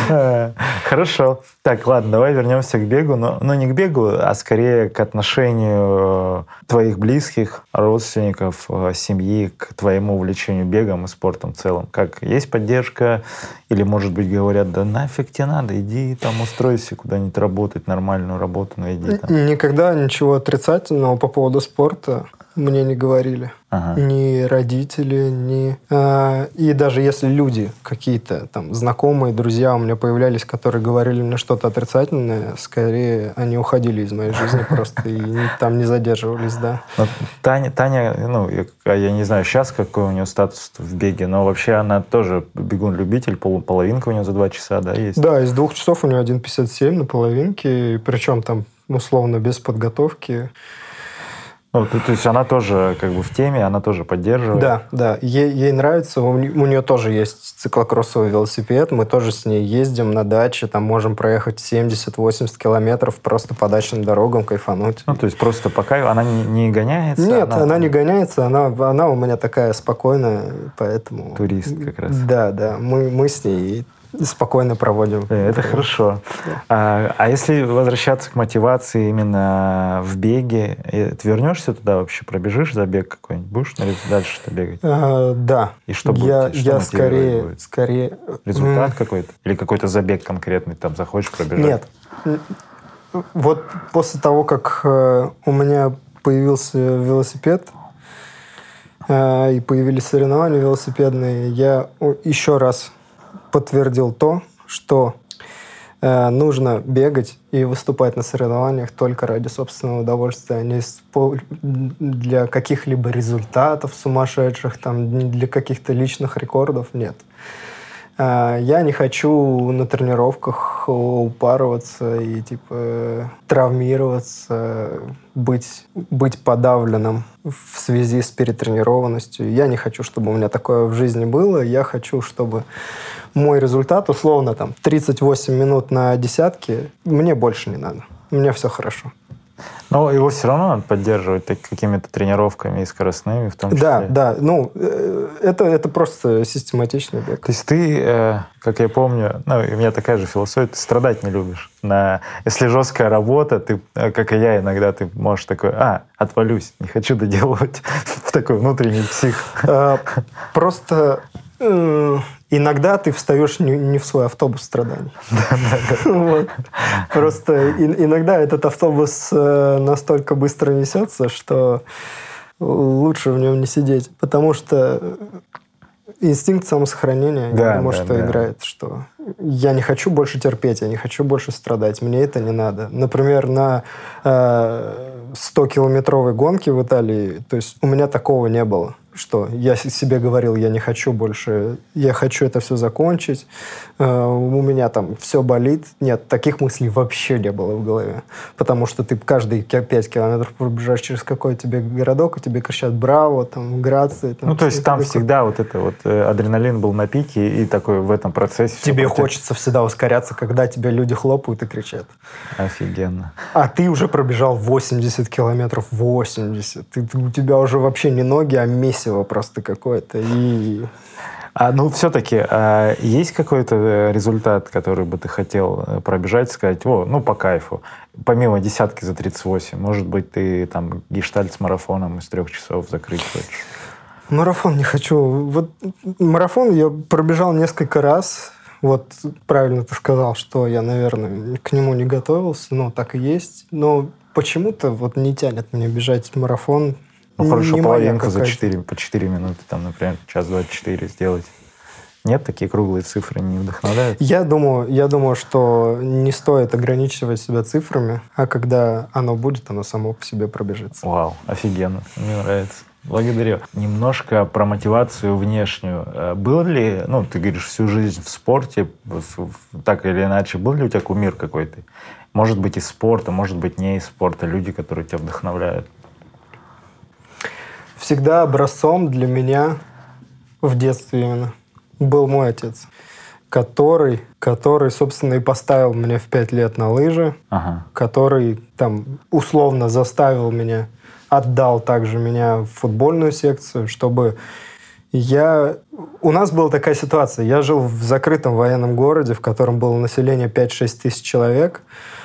Хорошо. Так, ладно, давай вернемся к бегу. Но, но не к бегу, а скорее к отношению твоих близких, родственников, семьи к твоему увлечению бегом и спортом в целом. Как, есть поддержка? Или, может быть, говорят, да нафиг тебе надо, иди там устройся куда-нибудь работать, нормальную работу найди там. Никогда ничего отрицательного по поводу спорта мне не говорили. Ага. Ни родители, ни... А, и даже если люди какие-то там знакомые, друзья у меня появлялись, которые говорили мне что-то отрицательное, скорее они уходили из моей жизни просто и там не задерживались, да. Но Таня, Таня, ну, я, я не знаю сейчас, какой у нее статус в беге, но вообще она тоже бегун-любитель, пол, половинка у нее за два часа, да, есть? Да, из двух часов у нее один пятьдесят семь на половинке, причем там условно без подготовки. Ну, то, то есть она тоже как бы в теме, она тоже поддерживает? Да, да. Ей, ей нравится. У, у нее тоже есть циклокроссовый велосипед. Мы тоже с ней ездим на даче. Там можем проехать семьдесят-восемьдесят километров просто по дачным дорогам, кайфануть. Ну, то есть просто по кайфу. Она не, не гоняется? Нет, она... она не гоняется. Она, она у меня такая спокойная, поэтому... Турист как раз. Да, да. Мы, мы с ней... спокойно проводим. Это хорошо. Да. А, а если возвращаться к мотивации именно в беге, ты вернешься туда вообще, пробежишь забег какой-нибудь, будешь дальше-то бегать? А, да. И что будет? Я, что я скорее, будет? скорее... Результат mm. какой-то? Или какой-то забег конкретный, там захочешь пробежать? Нет. Вот после того, как э, у меня появился велосипед, э, и появились соревнования велосипедные, я еще раз подтвердил то, что э, нужно бегать и выступать на соревнованиях только ради собственного удовольствия, а не для каких-либо результатов сумасшедших, там, не для каких-то личных рекордов, нет. Я не хочу на тренировках упарываться и типа травмироваться, быть, быть подавленным в связи с перетренированностью. Я не хочу, чтобы у меня такое в жизни было. Я хочу, чтобы мой результат, условно, там, тридцать восемь минут на десятке, мне больше не надо. У меня все хорошо. Но его все равно надо поддерживать так, какими-то тренировками и скоростными в том числе. Да, да. Ну, это, это просто систематичный бег. То есть ты, как я помню, ну, у меня такая же философия, ты страдать не любишь. На, если жесткая работа, ты, как и я, иногда ты можешь такой, а, отвалюсь, не хочу доделывать. Такой внутренний псих. Просто... Иногда ты встаешь не, не в свой автобус страданий. Вот. Просто и, иногда этот автобус настолько быстро несется, что лучше в нем не сидеть. Потому что инстинкт самосохранения, да, я думаю, да, что да. играет, что я не хочу больше терпеть, я не хочу больше страдать, мне это не надо. Например, на э, сто-километровой гонке в Италии, то есть у меня такого не было. Что я себе говорил, я не хочу больше, я хочу это все закончить, э, у меня там все болит. Нет, таких мыслей вообще не было в голове. Потому что ты каждые пять километров пробежаешь через какой-то тебе городок, и тебе кричат «Браво!», там, «Грации!». Там, ну, то есть там такое. Всегда вот это вот адреналин был на пике, и такой в этом процессе... Тебе хочется всегда ускоряться, когда тебе люди хлопают и кричат. Офигенно. А ты уже пробежал восемьдесят километров, восемьдесят. Ты, у тебя уже вообще не ноги, а месиво просто какое-то. И... А, ну, все-таки, а есть какой-то результат, который бы ты хотел пробежать, сказать, о, ну, по кайфу, помимо десятки за тридцать восемь, может быть, ты там гештальт с марафоном из трех часов закрыть хочешь? Марафон не хочу. Вот марафон я пробежал несколько раз. Вот правильно ты сказал, что я, наверное, к нему не готовился, но так и есть. Но почему-то вот не тянет мне бежать марафон. Ну, хорошо, не половинку за четыре, по четыре минуты, там, например, час двадцать четыре сделать. Нет, такие круглые цифры не вдохновляют? Я думаю, я думаю, что не стоит ограничивать себя цифрами, а когда оно будет, оно само по себе пробежится. Вау, офигенно, мне нравится. Благодарю. Немножко про мотивацию внешнюю. Был ли, ну, ты говоришь, всю жизнь в спорте, так или иначе, был ли у тебя кумир какой-то? Может быть, из спорта, может быть, не из спорта, люди, которые тебя вдохновляют? Всегда образцом для меня в детстве именно был мой отец, который, который, собственно, и поставил меня в пять лет на лыжи, ага. который там условно заставил меня, отдал также меня в футбольную секцию, чтобы я... У нас была такая ситуация. Я жил в закрытом военном городе, в котором было население пять-шесть тысяч человек.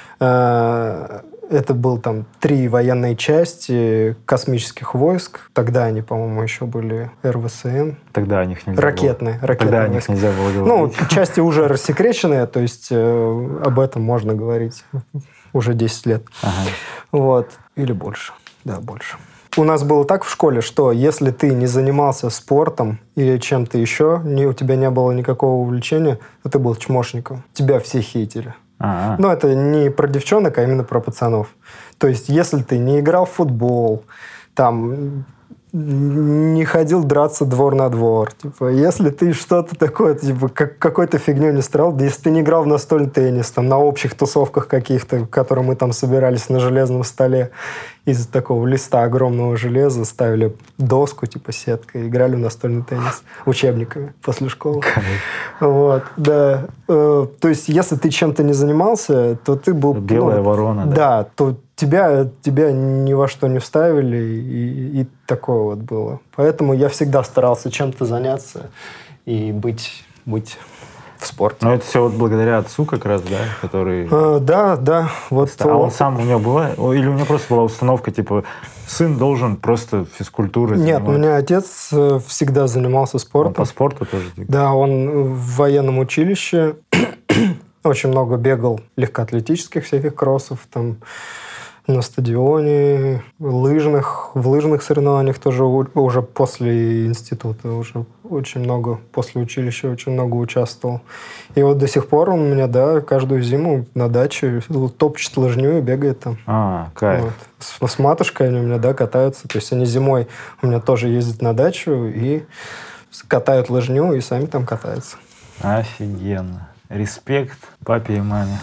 Это был там три военные части космических войск. Тогда они, по-моему, еще были эр вэ эс эн. Тогда о них нельзя ракетные, было. Ракетные Тогда о них нельзя было говорить. Ну, части уже рассекреченные, то есть э, об этом можно говорить уже десять лет. Ага. Вот. Или больше. Да, больше. У нас было так в школе, что если ты не занимался спортом или чем-то еще, ни, у тебя не было никакого увлечения, то ты был чмошником. Тебя все хейтили. А-а. Но это не про девчонок, а именно про пацанов. То есть, если ты не играл в футбол, там, не ходил драться двор на двор, типа, если ты что-то такое, типа, как, какой-то фигню не строил, да если ты не играл в настольный теннис, там, на общих тусовках каких-то, в которые мы там собирались на железном столе, из такого листа огромного железа ставили доску, типа сетка, играли в настольный теннис учебниками после школы. Вот, да. То есть, если ты чем-то не занимался, то ты был... Белая ну, ворона, да? Да, то тебя, тебя ни во что не вставили, и, и такое вот было. Поэтому я всегда старался чем-то заняться и быть... быть в спорте. Но это все вот благодаря отцу как раз, да, который... А, да, да. Вот а он сам, у него была... Или у него просто была установка, типа, сын должен просто физкультурой заниматься? Нет, заниматься? у меня отец всегда занимался спортом. Он по спорту тоже? Да, он в военном училище очень много бегал легкоатлетических всяких кроссов, там, на стадионе, лыжных, в лыжных соревнованиях тоже уже после института, уже очень много, после училища очень много участвовал. И вот до сих пор он у меня, да, каждую зиму на даче топчет лыжню и бегает там. А, кайф. Вот. С, с матушкой они у меня, да, катаются. То есть они зимой у меня тоже ездят на дачу и катают лыжню и сами там катаются. Офигенно. Респект папе и маме.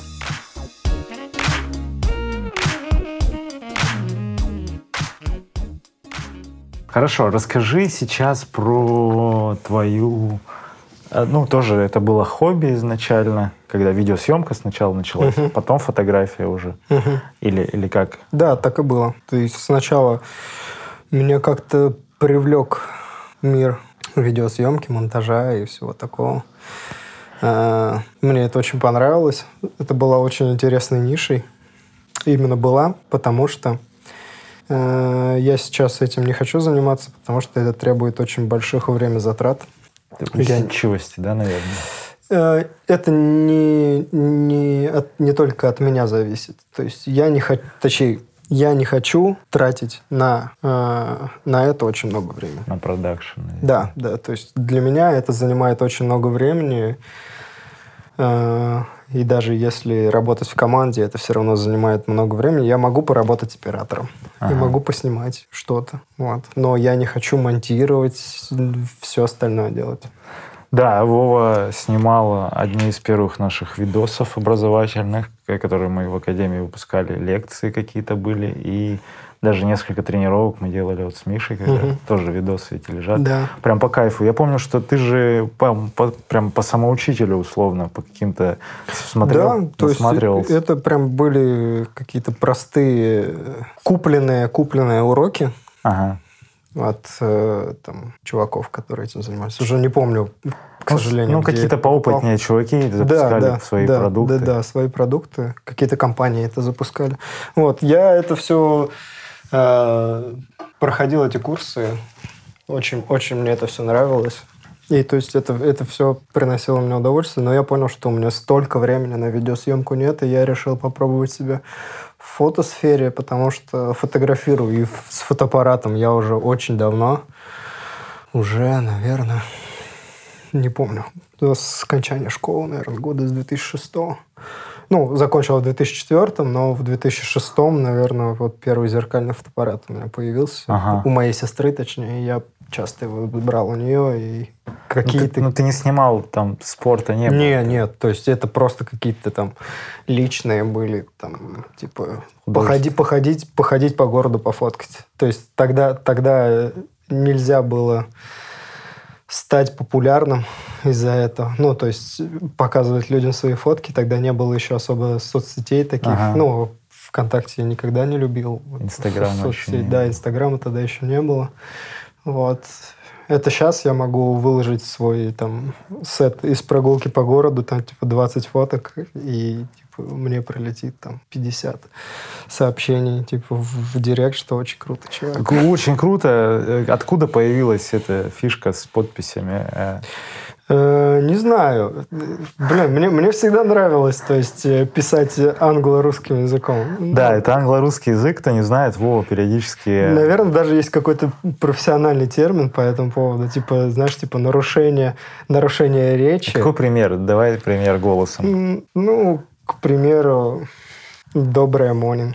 Хорошо, расскажи сейчас про твою... Ну, тоже это было хобби изначально, когда видеосъемка сначала началась, uh-huh. потом фотография уже. Uh-huh. Или, или как? Да, так и было. То есть сначала меня как-то привлек мир видеосъемки, монтажа и всего такого. Мне это очень понравилось. Это была очень интересной нишей. Именно была, потому что я сейчас этим не хочу заниматься, потому что это требует очень больших время затрат. Усидчивости, я... да, наверное? Это не, не, от, не только от меня зависит. То есть я не хочу, точнее, я не хочу тратить на, на это очень много времени. На продакшн. Да, да. То есть для меня это занимает очень много времени. И даже если работать в команде, это все равно занимает много времени. Я могу поработать оператором. Ага. И могу поснимать что-то. Вот. Но я не хочу монтировать, все остальное делать. Да, Вова снимал одни из первых наших видосов образовательных, которые мы в Академии выпускали. Лекции какие-то были. И даже несколько тренировок мы делали вот с Мишей, когда угу. тоже видосы эти лежат. Да. Прям по кайфу. Я помню, что ты же по, по, прям по самоучителю условно, по каким-то смотрел, да, то есть это прям были какие-то простые купленные, купленные уроки. Ага. От э, там, чуваков, которые этим занимались. Уже не помню, к сожалению. Ну, какие-то поопытнее чуваки запускали да, да, свои да, продукты. Да, да, свои продукты. Какие-то компании это запускали. Вот, я это все э, проходил, эти курсы. Очень, очень мне это все нравилось. И то есть это, это все приносило мне удовольствие, но я понял, что у меня столько времени на видеосъемку нет, и я решил попробовать себя в фотосфере, потому что фотографирую и с фотоаппаратом я уже очень давно. Уже, наверное, не помню. С окончания школы, наверное, года с две тысячи шестого. Ну, закончил в две тысячи четвёртом, но в две тысячи шестом, наверное, вот первый зеркальный фотоаппарат у меня появился. Ага. У моей сестры, точнее. Я часто его брал у нее. И какие-то... Ну, ты, ну, ты не снимал там спорта, не было? Не, нет. То есть это просто какие-то там личные были, там, типа, походи, походить, походить по городу, пофоткать. То есть тогда, тогда нельзя было стать популярным из-за этого. Ну, то есть показывать людям свои фотки. Тогда не было еще особо соцсетей таких. Ага. Ну, ВКонтакте я никогда не любил. Инстаграм еще не Да, Инстаграма тогда еще не было. Вот. Это сейчас я могу выложить свой там сет из прогулки по городу, там типа двадцать фоток, и типа, мне прилетит там пятьдесят сообщений типа в, в директ, что очень круто, чувак. Очень круто. Откуда появилась эта фишка с подписями? Не знаю. Блин, мне, мне всегда нравилось, то есть, писать англо-русским языком. Да, это англо-русский язык, кто не знает, Вова периодически... Наверное, даже есть какой-то профессиональный термин по этому поводу, типа, знаешь, типа нарушение, нарушение речи. Какой пример? Давай пример голосом. Ну, к примеру, «Доброе morning».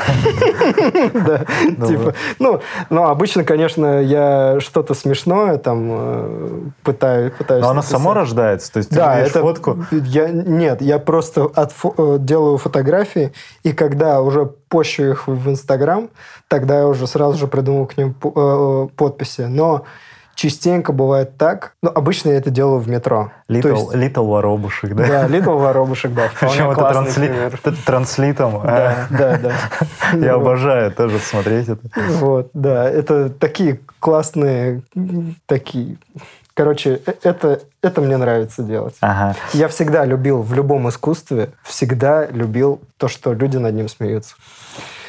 Да, типа, ну, ну, обычно, конечно, я что-то смешное там пытаюсь... Но оно само рождается? То есть ты видишь фотку? Нет, я просто делаю фотографии, и когда уже пощу их в Инстаграм, тогда я уже сразу же придумал к ним подписи. Но частенько бывает так. Ну, обычно я это делаю в метро. Little, есть... little воробушек, да? Да, Little воробушек, да. Причем это трансли... транслитом. Да, да, да. Я обожаю тоже смотреть это. Вот, да. Это такие классные, такие... Короче, это, это мне нравится делать. Ага. Я всегда любил в любом искусстве, всегда любил то, что люди над ним смеются.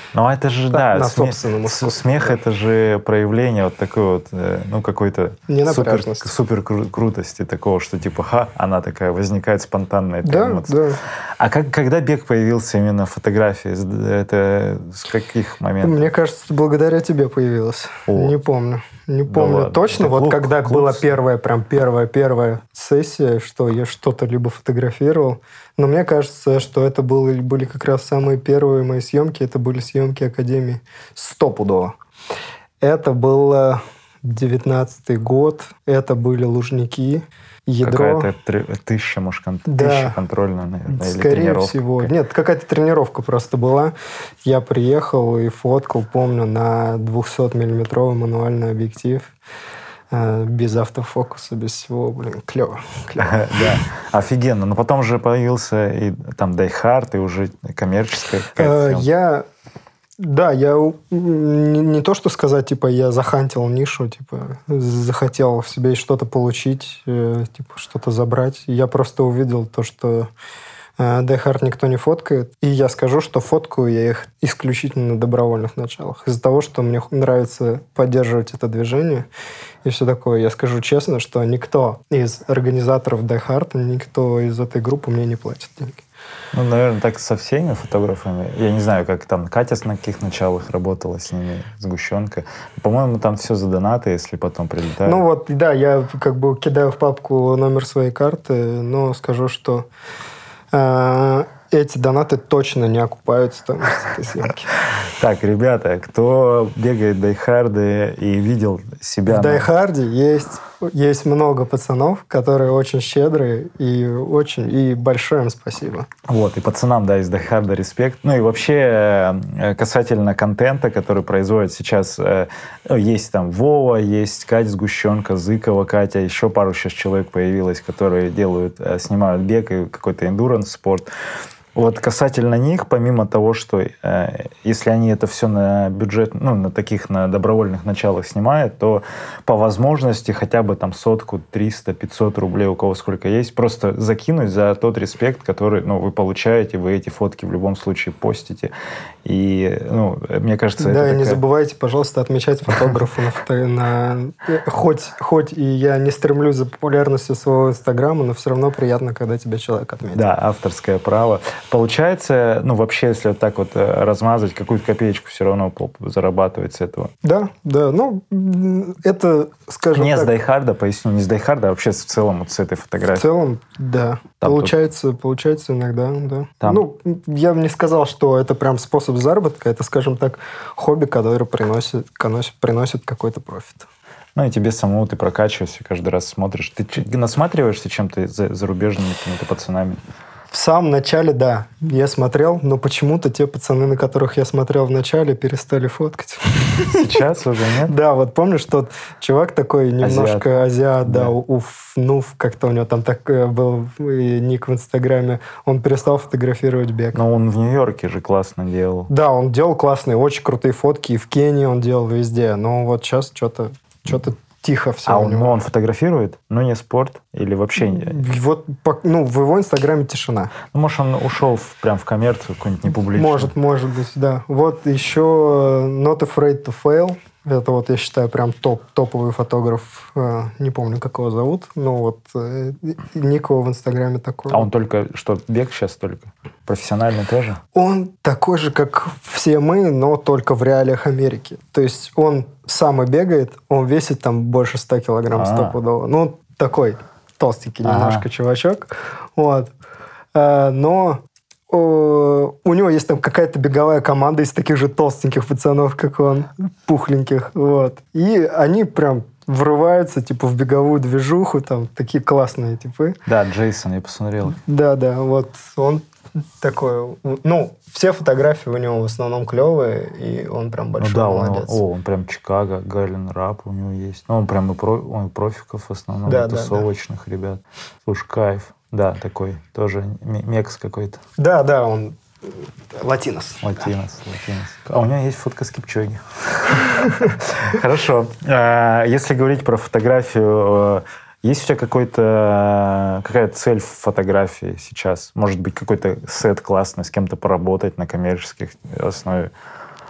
Ну, это же, на, да, на смех, собственном искусстве. Смех да. Это же проявление вот такой вот, ну, какой-то супер, супер крутости такого, что типа, ха, она такая, возникает спонтанная да, эмоция. Да. А как, когда бег появился именно в фотографии? Это с каких моментов? Мне кажется, благодаря тебе появилась. О. Не помню. Не помню да точно. Это вот клуб, когда клуб, была первая, прям первая-первая сессия, что я что-то либо фотографировал. Но мне кажется, что это были, были как раз самые первые мои съемки. Это были съемки Академии. Стопудово. Это был девятнадцатый год. Это были Лужники. Ядро. Какая-то тысяча, может, кон- да. тысяча контрольная, наверное, или скорее тренировка. всего. Нет, какая-то тренировка просто была. Я приехал и фоткал, помню, на двухсотмиллиметровый мануальный объектив. Без автофокуса, без всего. Блин, клево. клево. Да, офигенно. Но потом же появился и там Die Hard, и уже коммерческая какая-то съемка. Я... Да, я не, не то, что сказать, типа, я захантил нишу, типа, захотел в себе что-то получить, э, типа, что-то забрать. Я просто увидел то, что э, Die Hard никто не фоткает. И я скажу, что фоткаю я их исключительно на добровольных началах. Из-за того, что мне нравится поддерживать это движение и все такое. Я скажу честно, что никто из организаторов Die Hard, никто из этой группы мне не платит деньги. Ну, наверное, так со всеми фотографами. Я не знаю, как там Катя на каких началах работала с ними, Сгущенка. По-моему, там все за донаты, если потом прилетают. Ну вот, да, я как бы кидаю в папку номер своей карты, но скажу, что э, эти донаты точно не окупают стоимость этой съемки. Так, ребята, кто бегает в дайхарды и видел себя... В дайхарде есть, есть много пацанов, которые очень щедрые, и очень и большое им спасибо. Вот, и пацанам, да, из дайхарда респект. Ну и вообще касательно контента, который производит сейчас, есть там Вова, есть Катя Сгущенка, Зыкова Катя, еще пару сейчас человек появилось, которые делают, снимают бег и какой-то эндуранс-спорт. Вот касательно них, помимо того, что э, если они это все на бюджет, ну, на таких, на добровольных началах снимают, то по возможности хотя бы там сотку, триста, пятьсот рублей, у кого сколько есть, просто закинуть за тот респект, который, ну, вы получаете, вы эти фотки в любом случае постите. И, ну, мне кажется, да, это и такая... не забывайте, пожалуйста, отмечать фотографа на... Хоть, хоть и я не стремлюсь за популярностью своего инстаграма, но все равно приятно, когда тебя человек отметит. Да, авторское право. Получается, ну, вообще, если вот так вот размазать, какую-то копеечку все равно зарабатывать с этого. Да, да. Ну, это, скажем не так... Не с дайхарда, поясню, не с дайхарда, а вообще в целом вот с этой фотографией. В целом, да. Там получается, тут... получается иногда, да. Там... Ну, я бы не сказал, что это прям способ заработка, это, скажем так, хобби, которое приносит, приносит какой-то профит. Ну, и тебе самому ты прокачиваешься, каждый раз смотришь. Ты насматриваешься чем-то зарубежными какими-то пацанами? В самом начале, да, я смотрел, но почему-то те пацаны, на которых я смотрел в начале, перестали фоткать. Сейчас уже нет? Да, вот помнишь, тот чувак такой немножко азиат, да, Уфнув, как-то у него там так был ник в Инстаграме, он перестал фотографировать бег. Но он в Нью-Йорке же классно делал. Да, он делал классные, очень крутые фотки, и в Кении он делал везде, но вот сейчас что-то что-то тихо все. А он, ну, он фотографирует, но не спорт или вообще? Вот, ну, в его инстаграме тишина. Ну, может, он ушел в, прям в коммерцию, какую-нибудь непубличную? Может, может быть, да. Вот еще Not Afraid to Fail. Это вот, я считаю, прям топ, топовый фотограф. Не помню, как его зовут. Но вот ник его в инстаграме такой. А он только, что, бег сейчас только? Профессиональный тоже? Он такой же, как все мы, но только в реалиях Америки. То есть он сам и бегает, он весит там больше ста килограмм стопудово. Ну, такой толстенький ага. немножко чувачок. Вот. Но у него есть там какая-то беговая команда из таких же толстеньких пацанов, как он, пухленьких. Вот. И они прям врываются, типа, в беговую движуху, там, такие классные типы. Да, Джейсон, я посмотрел. Да, да, вот он такой, ну, все фотографии у него в основном клевые, и он прям большой ну, да, молодец. Он, о, он прям Чикаго, Гарлен Рап у него есть. Ну, он прям и, про, он и профиков в основном, да, тусовочных да, да. ребят. Слушай, кайф. Да, такой тоже мекс какой-то. Да, да, он латинос. Латинос, латинос. А у него есть фотка с Кипчоги. Хорошо. Если говорить про фотографию, есть у тебя какой-то, какая-то цель в фотографии сейчас? Может быть, какой-то сет классный, с кем-то поработать на коммерческой основе?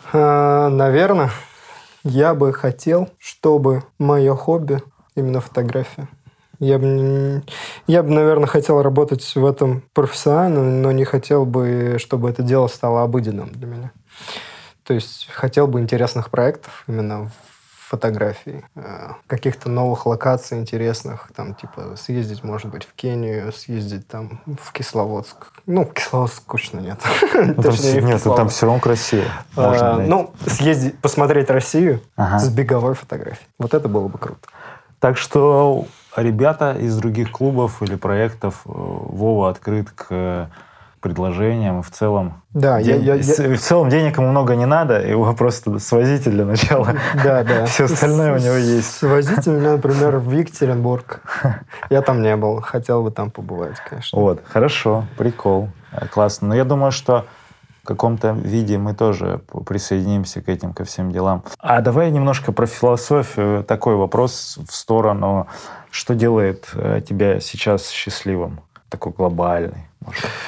А, наверное, я бы хотел, чтобы мое хобби именно фотография. Я бы, я бы, наверное, хотел работать в этом профессионально, но не хотел бы, чтобы это дело стало обыденным для меня. То есть хотел бы интересных проектов именно в фотографии, каких-то новых локаций интересных, там, типа, съездить, может быть, в Кению, съездить там в Кисловодск. Ну, Кисловодск скучно нет. Ну, там, все, нет, там все равно красиво. А, ну, съездить, посмотреть Россию ага. с беговой фотографией. Вот это было бы круто. Так что ребята из других клубов или проектов, Вова открыт к предложениям, и в целом, да, день, я, я, в целом денег ему много не надо, его просто свозите для начала. Да, да. Все остальное у него есть. Свозите меня, например, в Екатеринбург. Я там не был, хотел бы там побывать, конечно. Вот, хорошо, прикол, классно. Но я думаю, что в каком-то виде мы тоже присоединимся к этим, ко всем делам. А давай немножко про философию. Такой вопрос в сторону. Что делает тебя сейчас счастливым? Такой глобальный, может быть.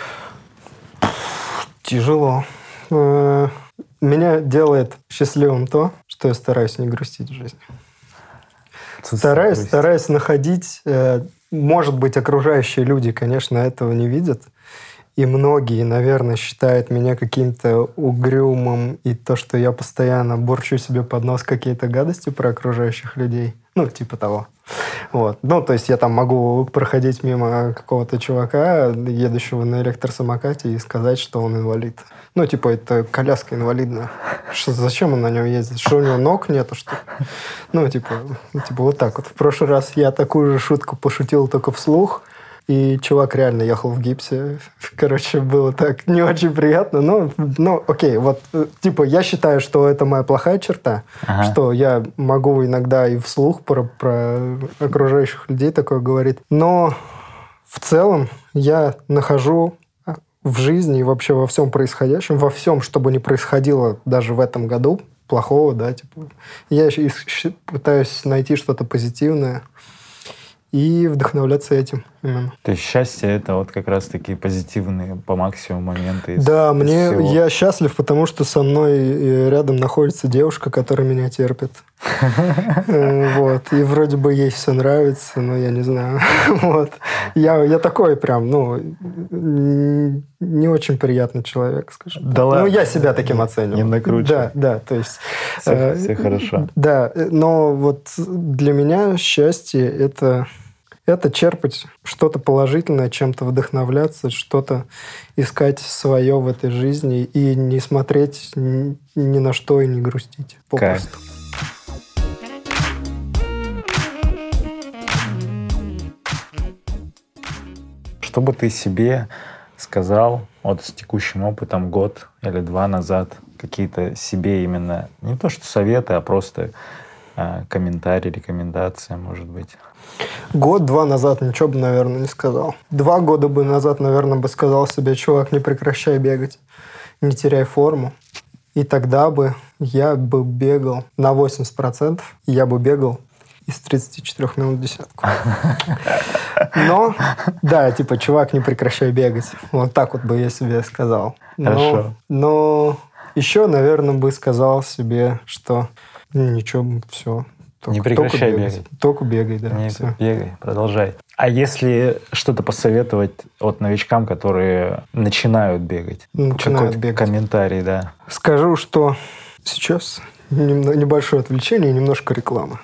Тяжело. Меня делает счастливым то, что я стараюсь не грустить в жизни. Стараюсь, стараюсь находить... Может быть, окружающие люди, конечно, этого не видят. И многие, наверное, считают меня каким-то угрюмым. И то, что я постоянно бурчу себе под нос какие-то гадости про окружающих людей. Ну, типа того. Вот. Ну, то есть я там могу проходить мимо какого-то чувака, едущего на электросамокате, и сказать, что он инвалид. Ну, типа, это коляска инвалидная. Что, зачем он на нем ездит? Что, у него ног нету, что ли? Ну, типа, типа, вот так вот. В прошлый раз я такую же шутку пошутил только вслух, и чувак реально ехал в гипсе. Короче, было так не очень приятно. Но, ну, окей, вот, типа, я считаю, что это моя плохая черта, ага. что я могу иногда и вслух про, про окружающих людей такое говорить. Но в целом я нахожу в жизни и вообще во всем происходящем, во всем, что бы ни происходило даже в этом году, плохого, да, типа, я пытаюсь найти что-то позитивное и вдохновляться этим именно. То есть счастье — это вот как раз-таки позитивные по максимуму моменты. Из, да, из мне всего. Я счастлив, потому что со мной рядом находится девушка, которая меня терпит. Вот. И вроде бы ей все нравится, но я не знаю. Вот. Я, я такой прям, ну, не очень приятный человек, скажем так. Да ладно. Ну, я себя таким оцениваю. Не накручивай. Да, да, то есть... Все, э, все хорошо. Да, но вот для меня счастье — это... Это черпать что-то положительное, чем-то вдохновляться, что-то искать свое в этой жизни и не смотреть ни, ни на что и не грустить. Попросту. Что бы ты себе сказал вот с текущим опытом год или два назад, какие-то себе именно, не то что советы, а просто э, комментарии, рекомендации, может быть? Год-два назад ничего бы, наверное, не сказал. Два года бы назад, наверное, бы сказал себе: чувак, не прекращай бегать, не теряй форму. И тогда бы я бы бегал на восемьдесят процентов, я бы бегал из тридцати четырёх минут десятку. Но, да, типа, чувак, не прекращай бегать. Вот так вот бы я себе сказал. Хорошо. Но, но еще, наверное, бы сказал себе, что ну, ничего, все. Только, не прекращай только бегать. Только бегай, да. Не все. Бегай, продолжай. А если что-то посоветовать вот новичкам, которые начинают бегать? Начинают бегать. Комментарий, да. Скажу, что сейчас небольшое отвлечение и немножко рекламы.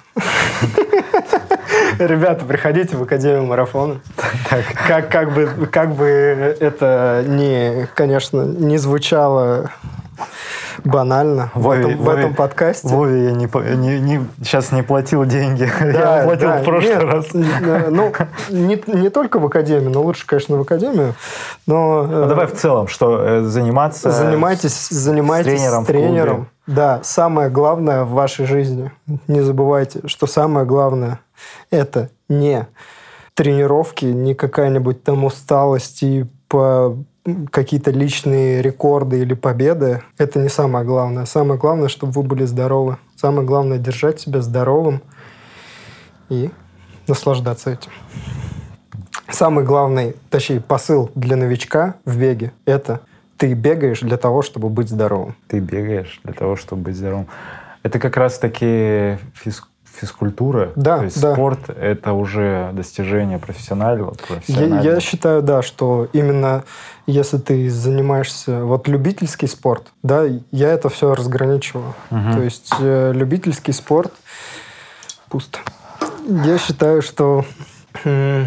Ребята, приходите в Академию марафона. Как, как, бы, как бы это, не, конечно, не звучало банально Вове, в, этом, Вове, в этом подкасте. Вове я не, не, не, сейчас не платил деньги. Да, я платил да, в прошлый нет, раз. Ну, не, не только в Академию, но лучше, конечно, в Академию. Но, ну, давай в целом, что заниматься занимайтесь, с, занимайтесь с тренером. С тренером. Да, самое главное в вашей жизни. Не забывайте, что самое главное – это не тренировки, не какая-нибудь там усталость и по какие-то личные рекорды или победы. Это не самое главное. Самое главное, чтобы вы были здоровы. Самое главное – держать себя здоровым и наслаждаться этим. Самый главный, точнее, посыл для новичка в беге – это ты бегаешь для того, чтобы быть здоровым. Ты бегаешь для того, чтобы быть здоровым. Это как раз-таки физ- физкультура. Да, То есть да. спорт — это уже достижение профессионального, Я, профессионального. я считаю, да, что именно если ты занимаешься... Вот любительский спорт, да, я это все разграничиваю. Угу. То есть э, любительский спорт... Пусто. Я считаю, что э,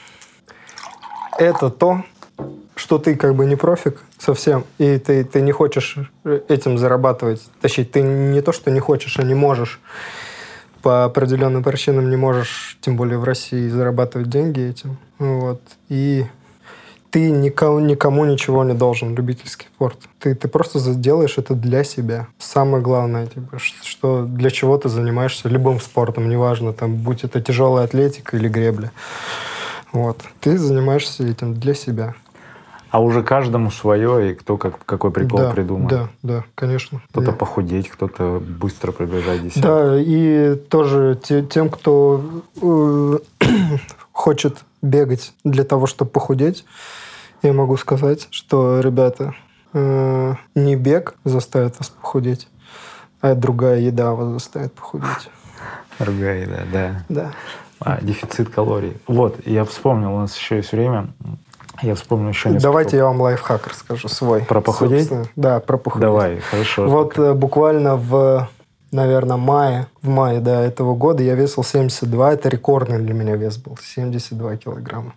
это то, что ты как бы не профик совсем, и ты, ты не хочешь этим зарабатывать. Точнее, ты не то, что не хочешь, а не можешь. По определенным причинам не можешь, тем более в России, зарабатывать деньги этим. Вот. И ты никому, никому ничего не должен, любительский спорт. Ты, ты просто делаешь это для себя. Самое главное, типа, что для чего ты занимаешься любым спортом, неважно, там, будь это тяжелая атлетика или гребля. Вот. Ты занимаешься этим для себя. А уже каждому свое, и кто как, какой прикол да, придумал. Да, да, конечно. Кто-то да. похудеть, кто-то быстро пробежать десятку. Да, и тоже те, тем, кто э, хочет бегать для того, чтобы похудеть, я могу сказать, что, ребята, э, не бег заставит вас похудеть, а другая еда вас заставит похудеть. Другая еда, да. Да. А, дефицит калорий. Вот, я вспомнил, у нас еще есть время. Я вспомнил еще несколько... Давайте я вам лайфхак расскажу свой. Про похудеть? Собственно. Да, про похудеть. Давай, хорошо. Вот э, буквально в, наверное, мае, в мае да, этого года я весил семьдесят два. Это рекордный для меня вес был. семьдесят два килограмма.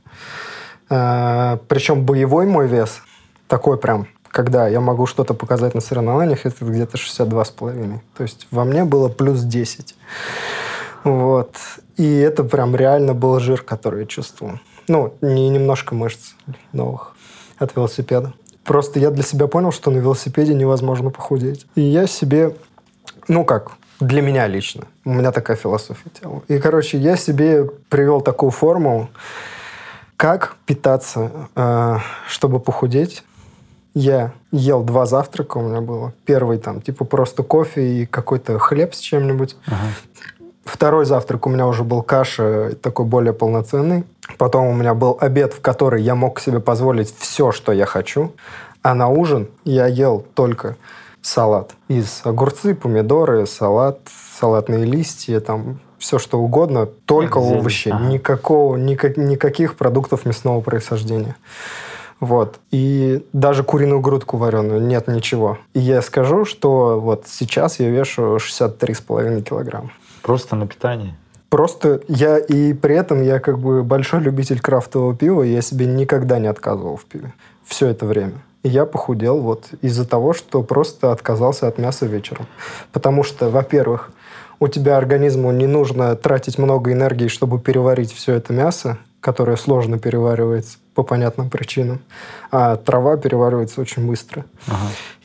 А, причем боевой мой вес, такой прям, когда я могу что-то показать на соревнованиях, это где-то шестьдесят два с половиной. То есть во мне было плюс десять. Вот. И это прям реально был жир, который я чувствовал. Ну, не немножко мышц новых от велосипеда. Просто я для себя понял, что на велосипеде невозможно похудеть. И я себе, ну как, для меня лично, у меня такая философия тела. И, короче, я себе привел такую формулу, как питаться, э, чтобы похудеть. Я ел два завтрака у меня было. Первый там, типа, просто кофе и какой-то хлеб с чем-нибудь. Ага. Второй завтрак у меня уже был каша, такой более полноценный. Потом у меня был обед, в который я мог себе позволить все, что я хочу. А на ужин я ел только салат. Из огурцы, помидоры, салат, салатные листья, там все что угодно, только Зелень. овощи. Ага. Никакого, никак, никаких продуктов мясного происхождения. Вот. И даже куриную грудку вареную нет ничего. И я скажу, что вот сейчас я вешу шестьдесят три с половиной килограмма. Просто на питании? Просто я, и при этом я как бы большой любитель крафтового пива, и я себе никогда не отказывал в пиве. Все это время. И я похудел вот из-за того, что просто отказался от мяса вечером. Потому что, во-первых, у тебя организму не нужно тратить много энергии, чтобы переварить все это мясо, которое сложно переваривается по понятным причинам. А трава переваривается очень быстро. Ага.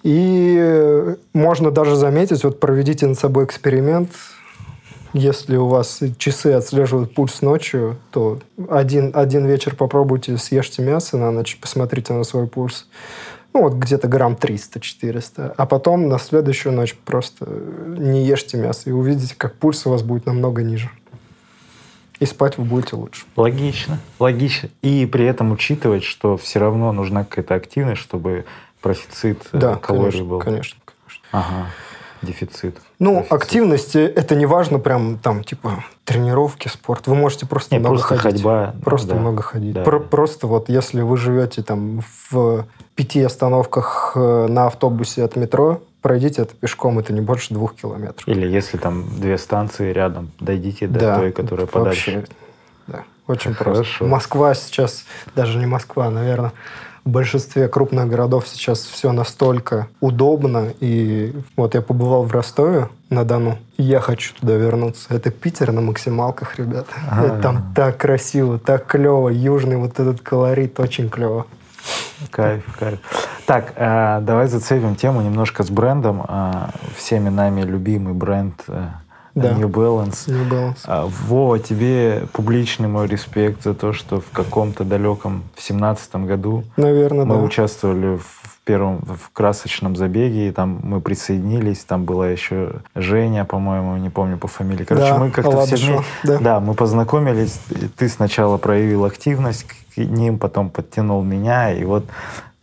И можно даже заметить, вот проведите над собой эксперимент. Если у вас часы отслеживают пульс ночью, то один, один вечер попробуйте, съешьте мясо на ночь, посмотрите на свой пульс. Ну, вот где-то грамм триста-четыреста. А потом на следующую ночь просто не ешьте мясо и увидите, как пульс у вас будет намного ниже. И спать вы будете лучше. Логично, логично. И при этом учитывать, что все равно нужна какая-то активность, чтобы профицит да, калорий конечно, был. конечно, конечно. Ага, дефицит. Ну, профицит. активность, это не важно прям там, типа, тренировки, спорт. Вы можете просто Не, много просто ходить. ходьба. Просто ну, да. много ходить. Да, Про- да. Просто вот если вы живете там в пяти остановках на автобусе от метро, пройдите это пешком, это не больше двух километров. Или если там две станции рядом, дойдите до да, той, которая подальше. Вообще, да, очень Хорошо. просто. Москва сейчас, даже не Москва, наверное, в большинстве крупных городов сейчас все настолько удобно. И вот я побывал в Ростове-на-Дону, и я хочу туда вернуться. Это Питер на максималках, ребята. А-а-а. Там так красиво, так клево. Южный вот этот колорит, очень клево. Кайф, кайф. Так, э, давай зацепим тему немножко с брендом. Э, всеми нами любимый бренд э, Да. New Balance. New Balance. А, Вова, тебе публичный мой респект за то, что в каком-то далеком в семнадцатом году Наверное, мы да. участвовали в первом в красочном забеге, и там мы присоединились, там была еще Женя, по-моему, не помню по фамилии. Короче, Да, мы как-то все Аладышева, вместе, да. да, мы познакомились. Ты сначала проявил активность к ним, потом подтянул меня, и вот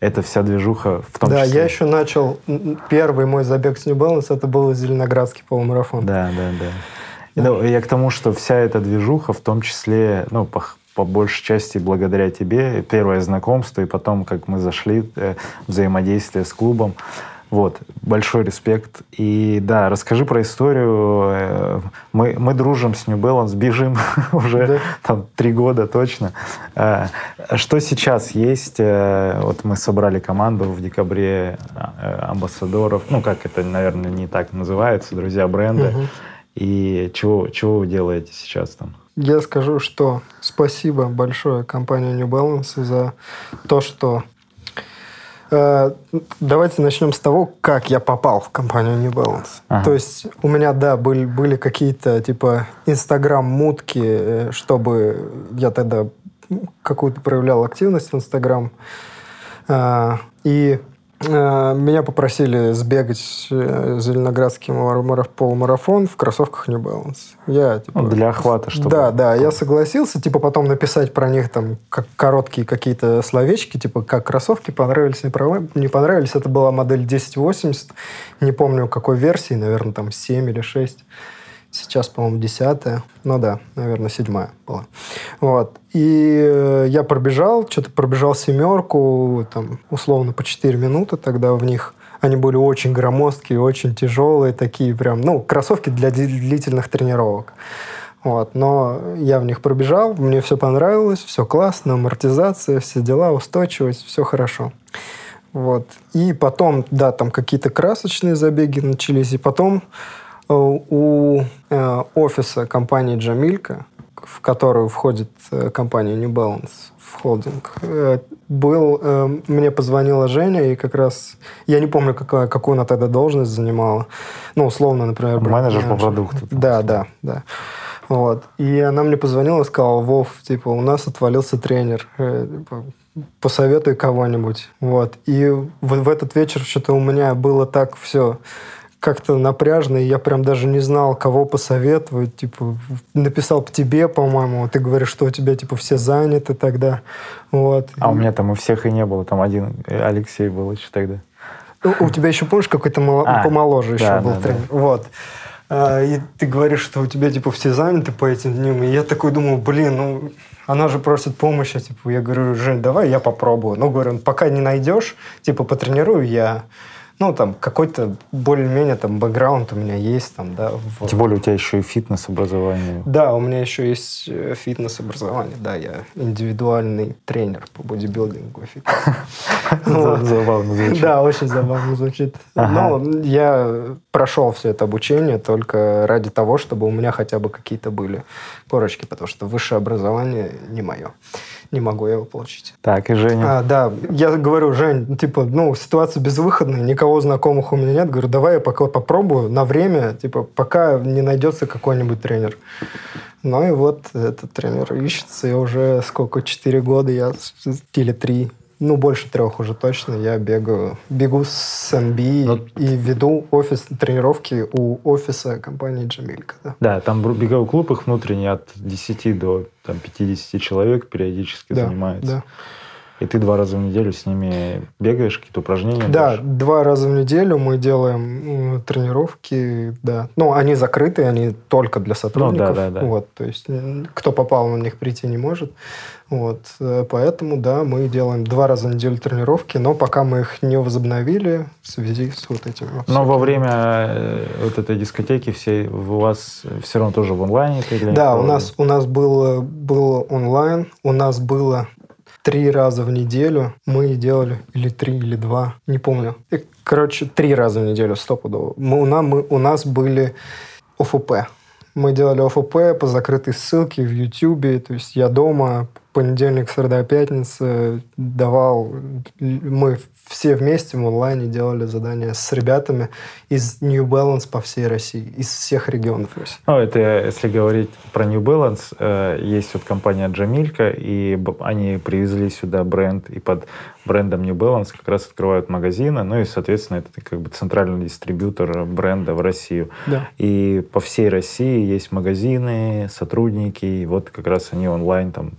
эта вся движуха в том да, числе... Да, я еще начал... Первый мой забег с New Balance, это был Зеленоградский полумарафон. Да, да, да. да. Ну, я к тому, что вся эта движуха, в том числе, ну, по, по большей части благодаря тебе, первое знакомство, и потом, как мы зашли, э, взаимодействие с клубом. Вот, большой респект. И да, расскажи про историю. Мы, мы дружим с New Balance, бежим уже да. там три года точно. Что сейчас есть? Вот мы собрали команду в декабре амбассадоров. Ну, как это, наверное, не так называется, друзья бренда. Угу. И чего, чего вы делаете сейчас там? Я скажу, что спасибо большое компании New Balance за то, что... Давайте начнем с того, как я попал в компанию New Balance. Ага. То есть у меня, да, были, были какие-то типа инстаграм-мутки, чтобы я тогда какую-то проявлял активность в инстаграм. И меня попросили сбегать Зеленоградский полумарафон в кроссовках New Balance. Я, типа, ну, для охвата, чтобы... Да, да, я согласился, типа, потом написать про них там как короткие какие-то словечки, типа, как кроссовки понравились, не понравились. Это была модель десять восемьдесят, не помню, какой версии, наверное, там семь или шесть. Сейчас, по-моему, десятая. Ну да, наверное, седьмая была. Вот. И я пробежал, что-то пробежал семерку, там, условно, по четыре минуты тогда в них. Они были очень громоздкие, очень тяжелые, такие прям, ну, кроссовки для длительных тренировок. Вот. Но я в них пробежал, мне все понравилось, все классно, амортизация, все дела, устойчивость, все хорошо. Вот. И потом, да, там какие-то красочные забеги начались, и потом у э, офиса компании Джамилька, в которую входит э, компания New Balance в холдинг, э, был, э, мне позвонила Женя, и как раз, я не помню, какая, какую она тогда должность занимала, ну, условно, например... Менеджер по продукту. Да, да, да. Вот. И она мне позвонила и сказала: Вов, типа, у нас отвалился тренер, э, типа, посоветуй кого-нибудь. Вот. И в, в этот вечер что-то у меня было так все... как-то напряжно, и я прям даже не знал, кого посоветовать. Типа, написал по тебе, по-моему, ты говоришь, что у тебя, типа, все заняты тогда. Вот. А и... у меня там и всех и не было. Там один Алексей был еще тогда. У, у тебя еще, помнишь, какой-то мало... а, помоложе еще да, был да, тренер? Да. Вот. А, и ты говоришь, что у тебя, типа, все заняты по этим дням. И я такой думаю, блин, ну... Она же просит помощи. Типа, я говорю: Жень, давай я попробую. Ну, говорю, пока не найдешь, типа, потренирую я. Ну, там, какой-то более-менее там бэкграунд у меня есть там, да. В... Тем более у тебя еще и фитнес-образование. Да, у меня еще есть фитнес-образование, да, я индивидуальный тренер по бодибилдингу и фитнесу. Забавно звучит. Да, очень забавно звучит. Но я прошел все это обучение только ради того, чтобы у меня хотя бы какие-то были корочки, потому что высшее образование не мое. Не могу я его получить. Так, и Женя? А, да, я говорю: Жень, типа, ну, ситуация безвыходная, никого знакомых у меня нет. Говорю, давай я пока попробую на время, типа, пока не найдется какой-нибудь тренер. Ну и вот этот тренер ищется, и уже сколько, четыре года я, или три, ну, больше трех уже точно, я бегаю, бегу с эн би Но... и веду офис тренировки у офиса компании Джамилька. Да, да, там беговой клуб их внутренний от десяти до там, пятидесяти человек периодически да, занимается. Да. И ты два раза в неделю с ними бегаешь, какие-то упражнения? Да, даешь? Два раза в неделю мы делаем тренировки, да. Ну, они закрыты, они только для сотрудников. Ну, да, да, да. Вот, то есть кто попал, на них прийти не может. Вот, поэтому, да, мы делаем два раза в неделю тренировки, но пока мы их не возобновили в связи с вот этим. Вот но во время вот этой дискотеки все, у вас все равно тоже в онлайне? Да, у нас, у нас было, было онлайн, у нас было... Три раза в неделю мы делали, или три, или два, не помню. Короче, три раза в неделю, стопудово. Мы, у, нас, мы, у нас были ОФП. Мы делали ОФП по закрытой ссылке в Ютьюбе. То есть я дома, понедельник, среда, пятница давал... Мы все вместе в онлайне делали задания с ребятами из New Balance по всей России, из всех регионов России. Ну, это если говорить про New Balance, есть вот компания Джамилька, и они привезли сюда бренд, и под брендом New Balance как раз открывают магазины, ну и, соответственно, это как бы центральный дистрибьютор бренда в Россию. Да. И по всей России есть магазины, сотрудники, и вот как раз они онлайн там сотни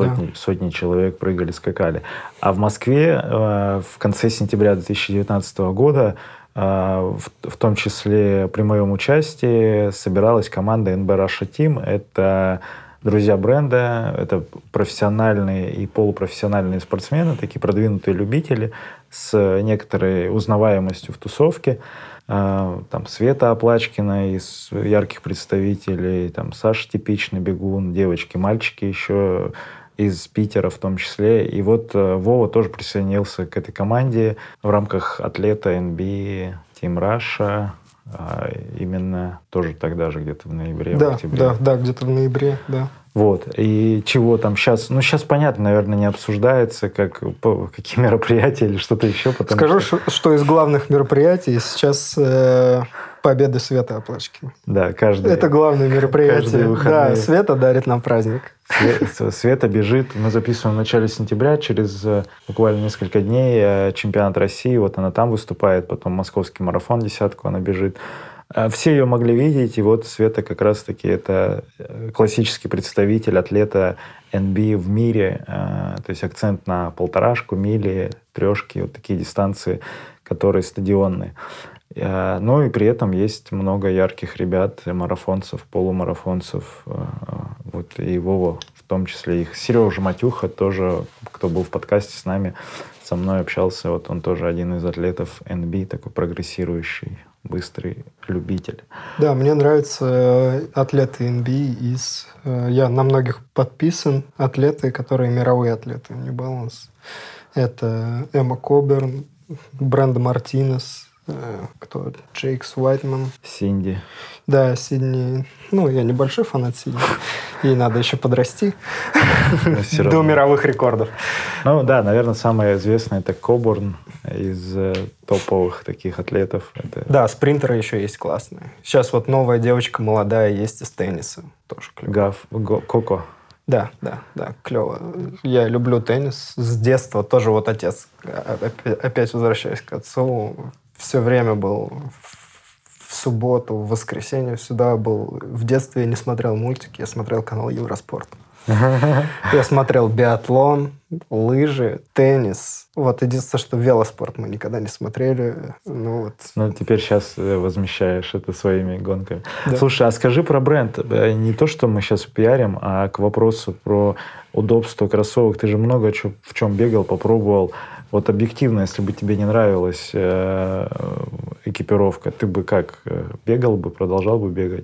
сотни, да. сотни человек прыгали, скакали. А в Москве э, в конце сентября две тысячи девятнадцатого года, э, в, в том числе при моем участии, собиралась команда эн би Russia Team. Это друзья бренда, это профессиональные и полупрофессиональные спортсмены, такие продвинутые любители с некоторой узнаваемостью в тусовке. Там Света Оплачкина из ярких представителей, там Саша типичный бегун, девочки, мальчики еще из Питера в том числе. И вот Вова тоже присоединился к этой команде в рамках атлета эн би Team Russia. Именно тоже тогда же, где-то в ноябре, да, в октябре. Да, да, где-то в ноябре, да. Вот. И чего там сейчас... Ну, сейчас, понятно, наверное, не обсуждается, как, какие мероприятия или что-то еще. Скажу, что... что из главных мероприятий сейчас э, победы Светы Оплачкиной. Да, каждый... Это главное мероприятие. Да, Света дарит нам праздник. Света бежит. Мы записываем в начале сентября. Через буквально несколько дней чемпионат России. Вот она там выступает. Потом московский марафон десятку она бежит. Все ее могли видеть, и вот Света как раз-таки это классический представитель атлета эн би в мире, то есть акцент на полторашку, мили, трешки, вот такие дистанции, которые стадионные. Ну и при этом есть много ярких ребят, марафонцев, полумарафонцев, вот и Вова в том числе. Их Сережа Матюха тоже, кто был в подкасте с нами, со мной общался, вот он тоже один из атлетов эн би, такой прогрессирующий, быстрый любитель. Да, мне нравятся атлеты эн би из... Я на многих подписан. Атлеты, которые мировые атлеты. New Balance. Это Эмма Коберн, Бренда Мартинес, кто? Джейкс Уайтман. Синди. Да, Сидни. Ну, я небольшой фанат Сидни. Ей надо еще подрасти до мировых рекордов. Ну да, наверное, самое известное это Коборн из топовых таких атлетов. Да, спринтеры еще есть классные. Сейчас вот новая девочка молодая есть из тенниса. Тоже клево. Гав, Коко. Да, да, да, клево. Я люблю теннис с детства. Тоже вот отец, опять возвращаясь к отцу, все время был в субботу, в воскресенье всегда был. В детстве я не смотрел мультики, я смотрел канал Евроспорт. Я смотрел биатлон, лыжи, теннис. Вот единственное, что велоспорт мы никогда не смотрели. Ну, вот. Ну, теперь сейчас возмещаешь это своими гонками. Да. Слушай, а скажи про бренд. Не то, что мы сейчас пиарим, а к вопросу про удобство кроссовок. Ты же много чё, в чем бегал, попробовал. Вот объективно, если бы тебе не нравилась э, экипировка, ты бы как, бегал бы, продолжал бы бегать?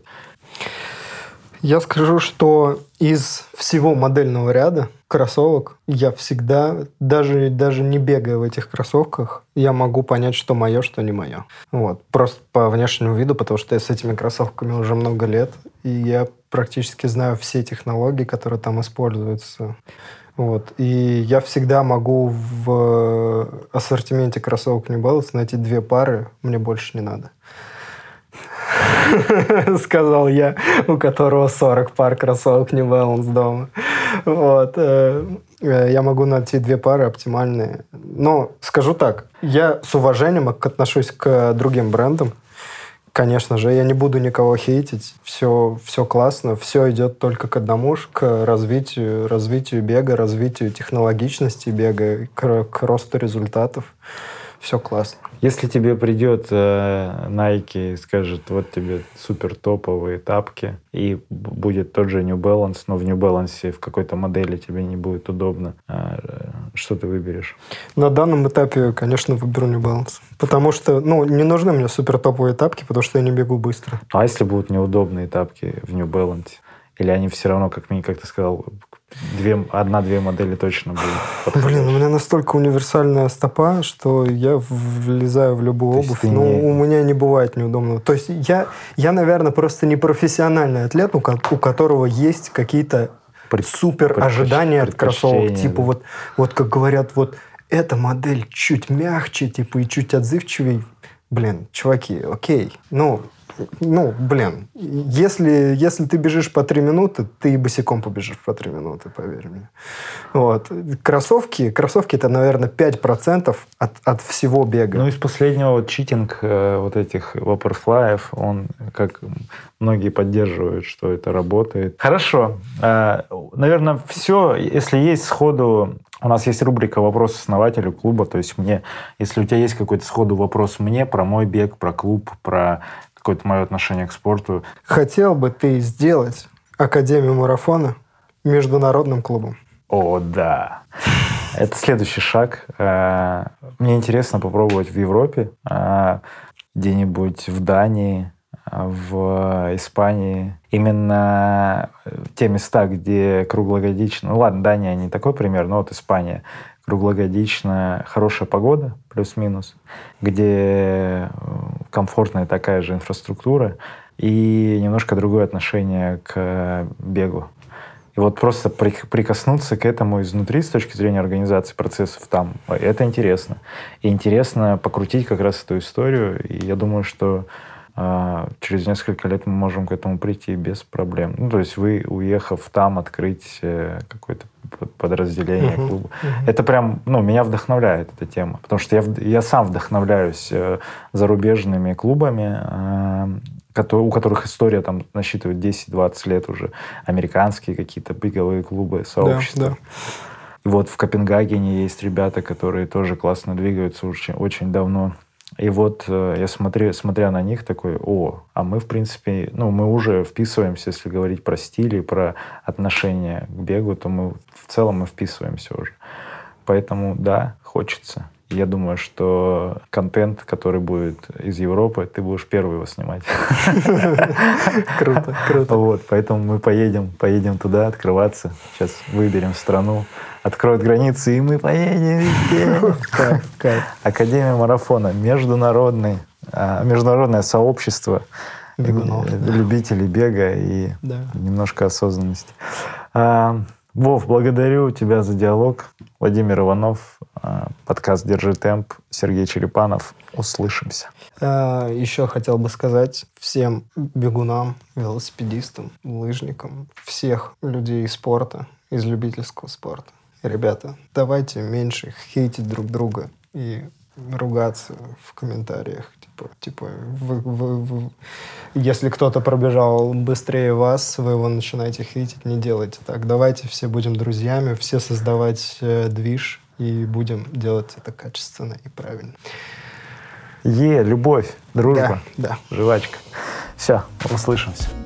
Я скажу, что из всего модельного ряда кроссовок я всегда, даже, даже не бегая в этих кроссовках, я могу понять, что мое, что не мое. Вот. Просто по внешнему виду, потому что я с этими кроссовками уже много лет, и я практически знаю все технологии, которые там используются. Вот. И я всегда могу в ассортименте кроссовок New Balance найти две пары, мне больше не надо. Сказал я, у которого сорок пар кроссовок New Balance дома. Вот. Я могу найти две пары оптимальные. Но скажу так, я с уважением отношусь к другим брендам. Конечно же, я не буду никого хейтить. Все, все классно, все идет только к одному, к развитию, развитию бега, развитию технологичности бега, к, к росту результатов. Все классно. Если тебе придет э, Nike и скажет, вот тебе супер топовые тапки, и будет тот же New Balance, но в New Balance в какой-то модели тебе не будет удобно, э, что ты выберешь? На данном этапе, конечно, выберу New Balance. Потому что, ну, не нужны мне супер топовые тапки, потому что я не бегу быстро. А если будут неудобные тапки в New Balance? Или они все равно, как мне, как ты сказал, Две, одна-две модели точно будут. Блин, у меня настолько универсальная стопа, что я влезаю в любую обувь. Но не... у меня не бывает неудобного. То есть я, я наверное, просто не профессиональный атлет, у которого есть какие-то Пред... супер ожидания от кроссовок. Типа да. вот, вот как говорят, вот эта модель чуть мягче, типа и чуть отзывчивее. Блин, чуваки, окей. Ну, Ну, блин, если, если ты бежишь по три минуты, ты и босиком побежишь по три минуты, поверь мне. Вот. Кроссовки, кроссовки это, наверное, пять процентов от, от всего бега. Ну, из последнего вот читинг э, вот этих вапорфлаев, он, как многие поддерживают, что это работает. Хорошо. Э, наверное, все. Если есть сходу... У нас есть рубрика «Вопрос основателю клуба». То есть мне, если у тебя есть какой-то сходу вопрос мне про мой бег, про клуб, про какое-то мое отношение к спорту. Хотел бы ты сделать Академию марафона международным клубом? О, да. Это следующий шаг. Мне интересно попробовать в Европе, где-нибудь в Дании, в Испании. Именно те места, где круглогодично... Ну ладно, Дания не такой пример, но вот Испания. Круглогодично хорошая погода, плюс-минус, где комфортная такая же инфраструктура и немножко другое отношение к бегу. И вот просто прикоснуться к этому изнутри с точки зрения организации процессов там, это интересно. И интересно покрутить как раз эту историю. И я думаю, что э, через несколько лет мы можем к этому прийти без проблем. Ну, то есть вы, уехав там, открыть э, какое-то подразделение uh-huh. клуба. Uh-huh. Это прям, ну, меня вдохновляет эта тема. Потому что я, я сам вдохновляюсь э, зарубежными клубами, э, у которых история там насчитывает десять-двадцать лет уже. Американские какие-то беговые клубы, сообщества. Да, да. И вот в Копенгагене есть ребята, которые тоже классно двигаются очень, очень давно. И вот э, я смотрю, смотря на них такой, о, а мы, в принципе, ну, мы уже вписываемся, если говорить про стиль и про отношение к бегу, то мы в целом мы вписываемся уже. Поэтому, да, хочется. Я думаю, что контент, который будет из Европы, ты будешь первый его снимать. Круто, круто. Вот, поэтому мы поедем, поедем туда открываться. Сейчас выберем страну, откроют границы, и мы поедем везде. Академия марафона, международный, международное сообщество любителей бега и немножко осознанности. Вов, благодарю тебя за диалог. Владимир Иванов, подкаст «Держи темп», Сергей Черепанов. Услышимся. Еще хотел бы сказать всем бегунам, велосипедистам, лыжникам, всех людей спорта, из любительского спорта. Ребята, давайте меньше хейтить друг друга и ругаться в комментариях. Типа, типа вы, вы, вы, если кто-то пробежал быстрее вас, вы его начинаете хейтить, не делайте так. Давайте все будем друзьями, все создавать э, движ и будем делать это качественно и правильно. Е, любовь, дружба, да, да. жвачка. Все, услышимся.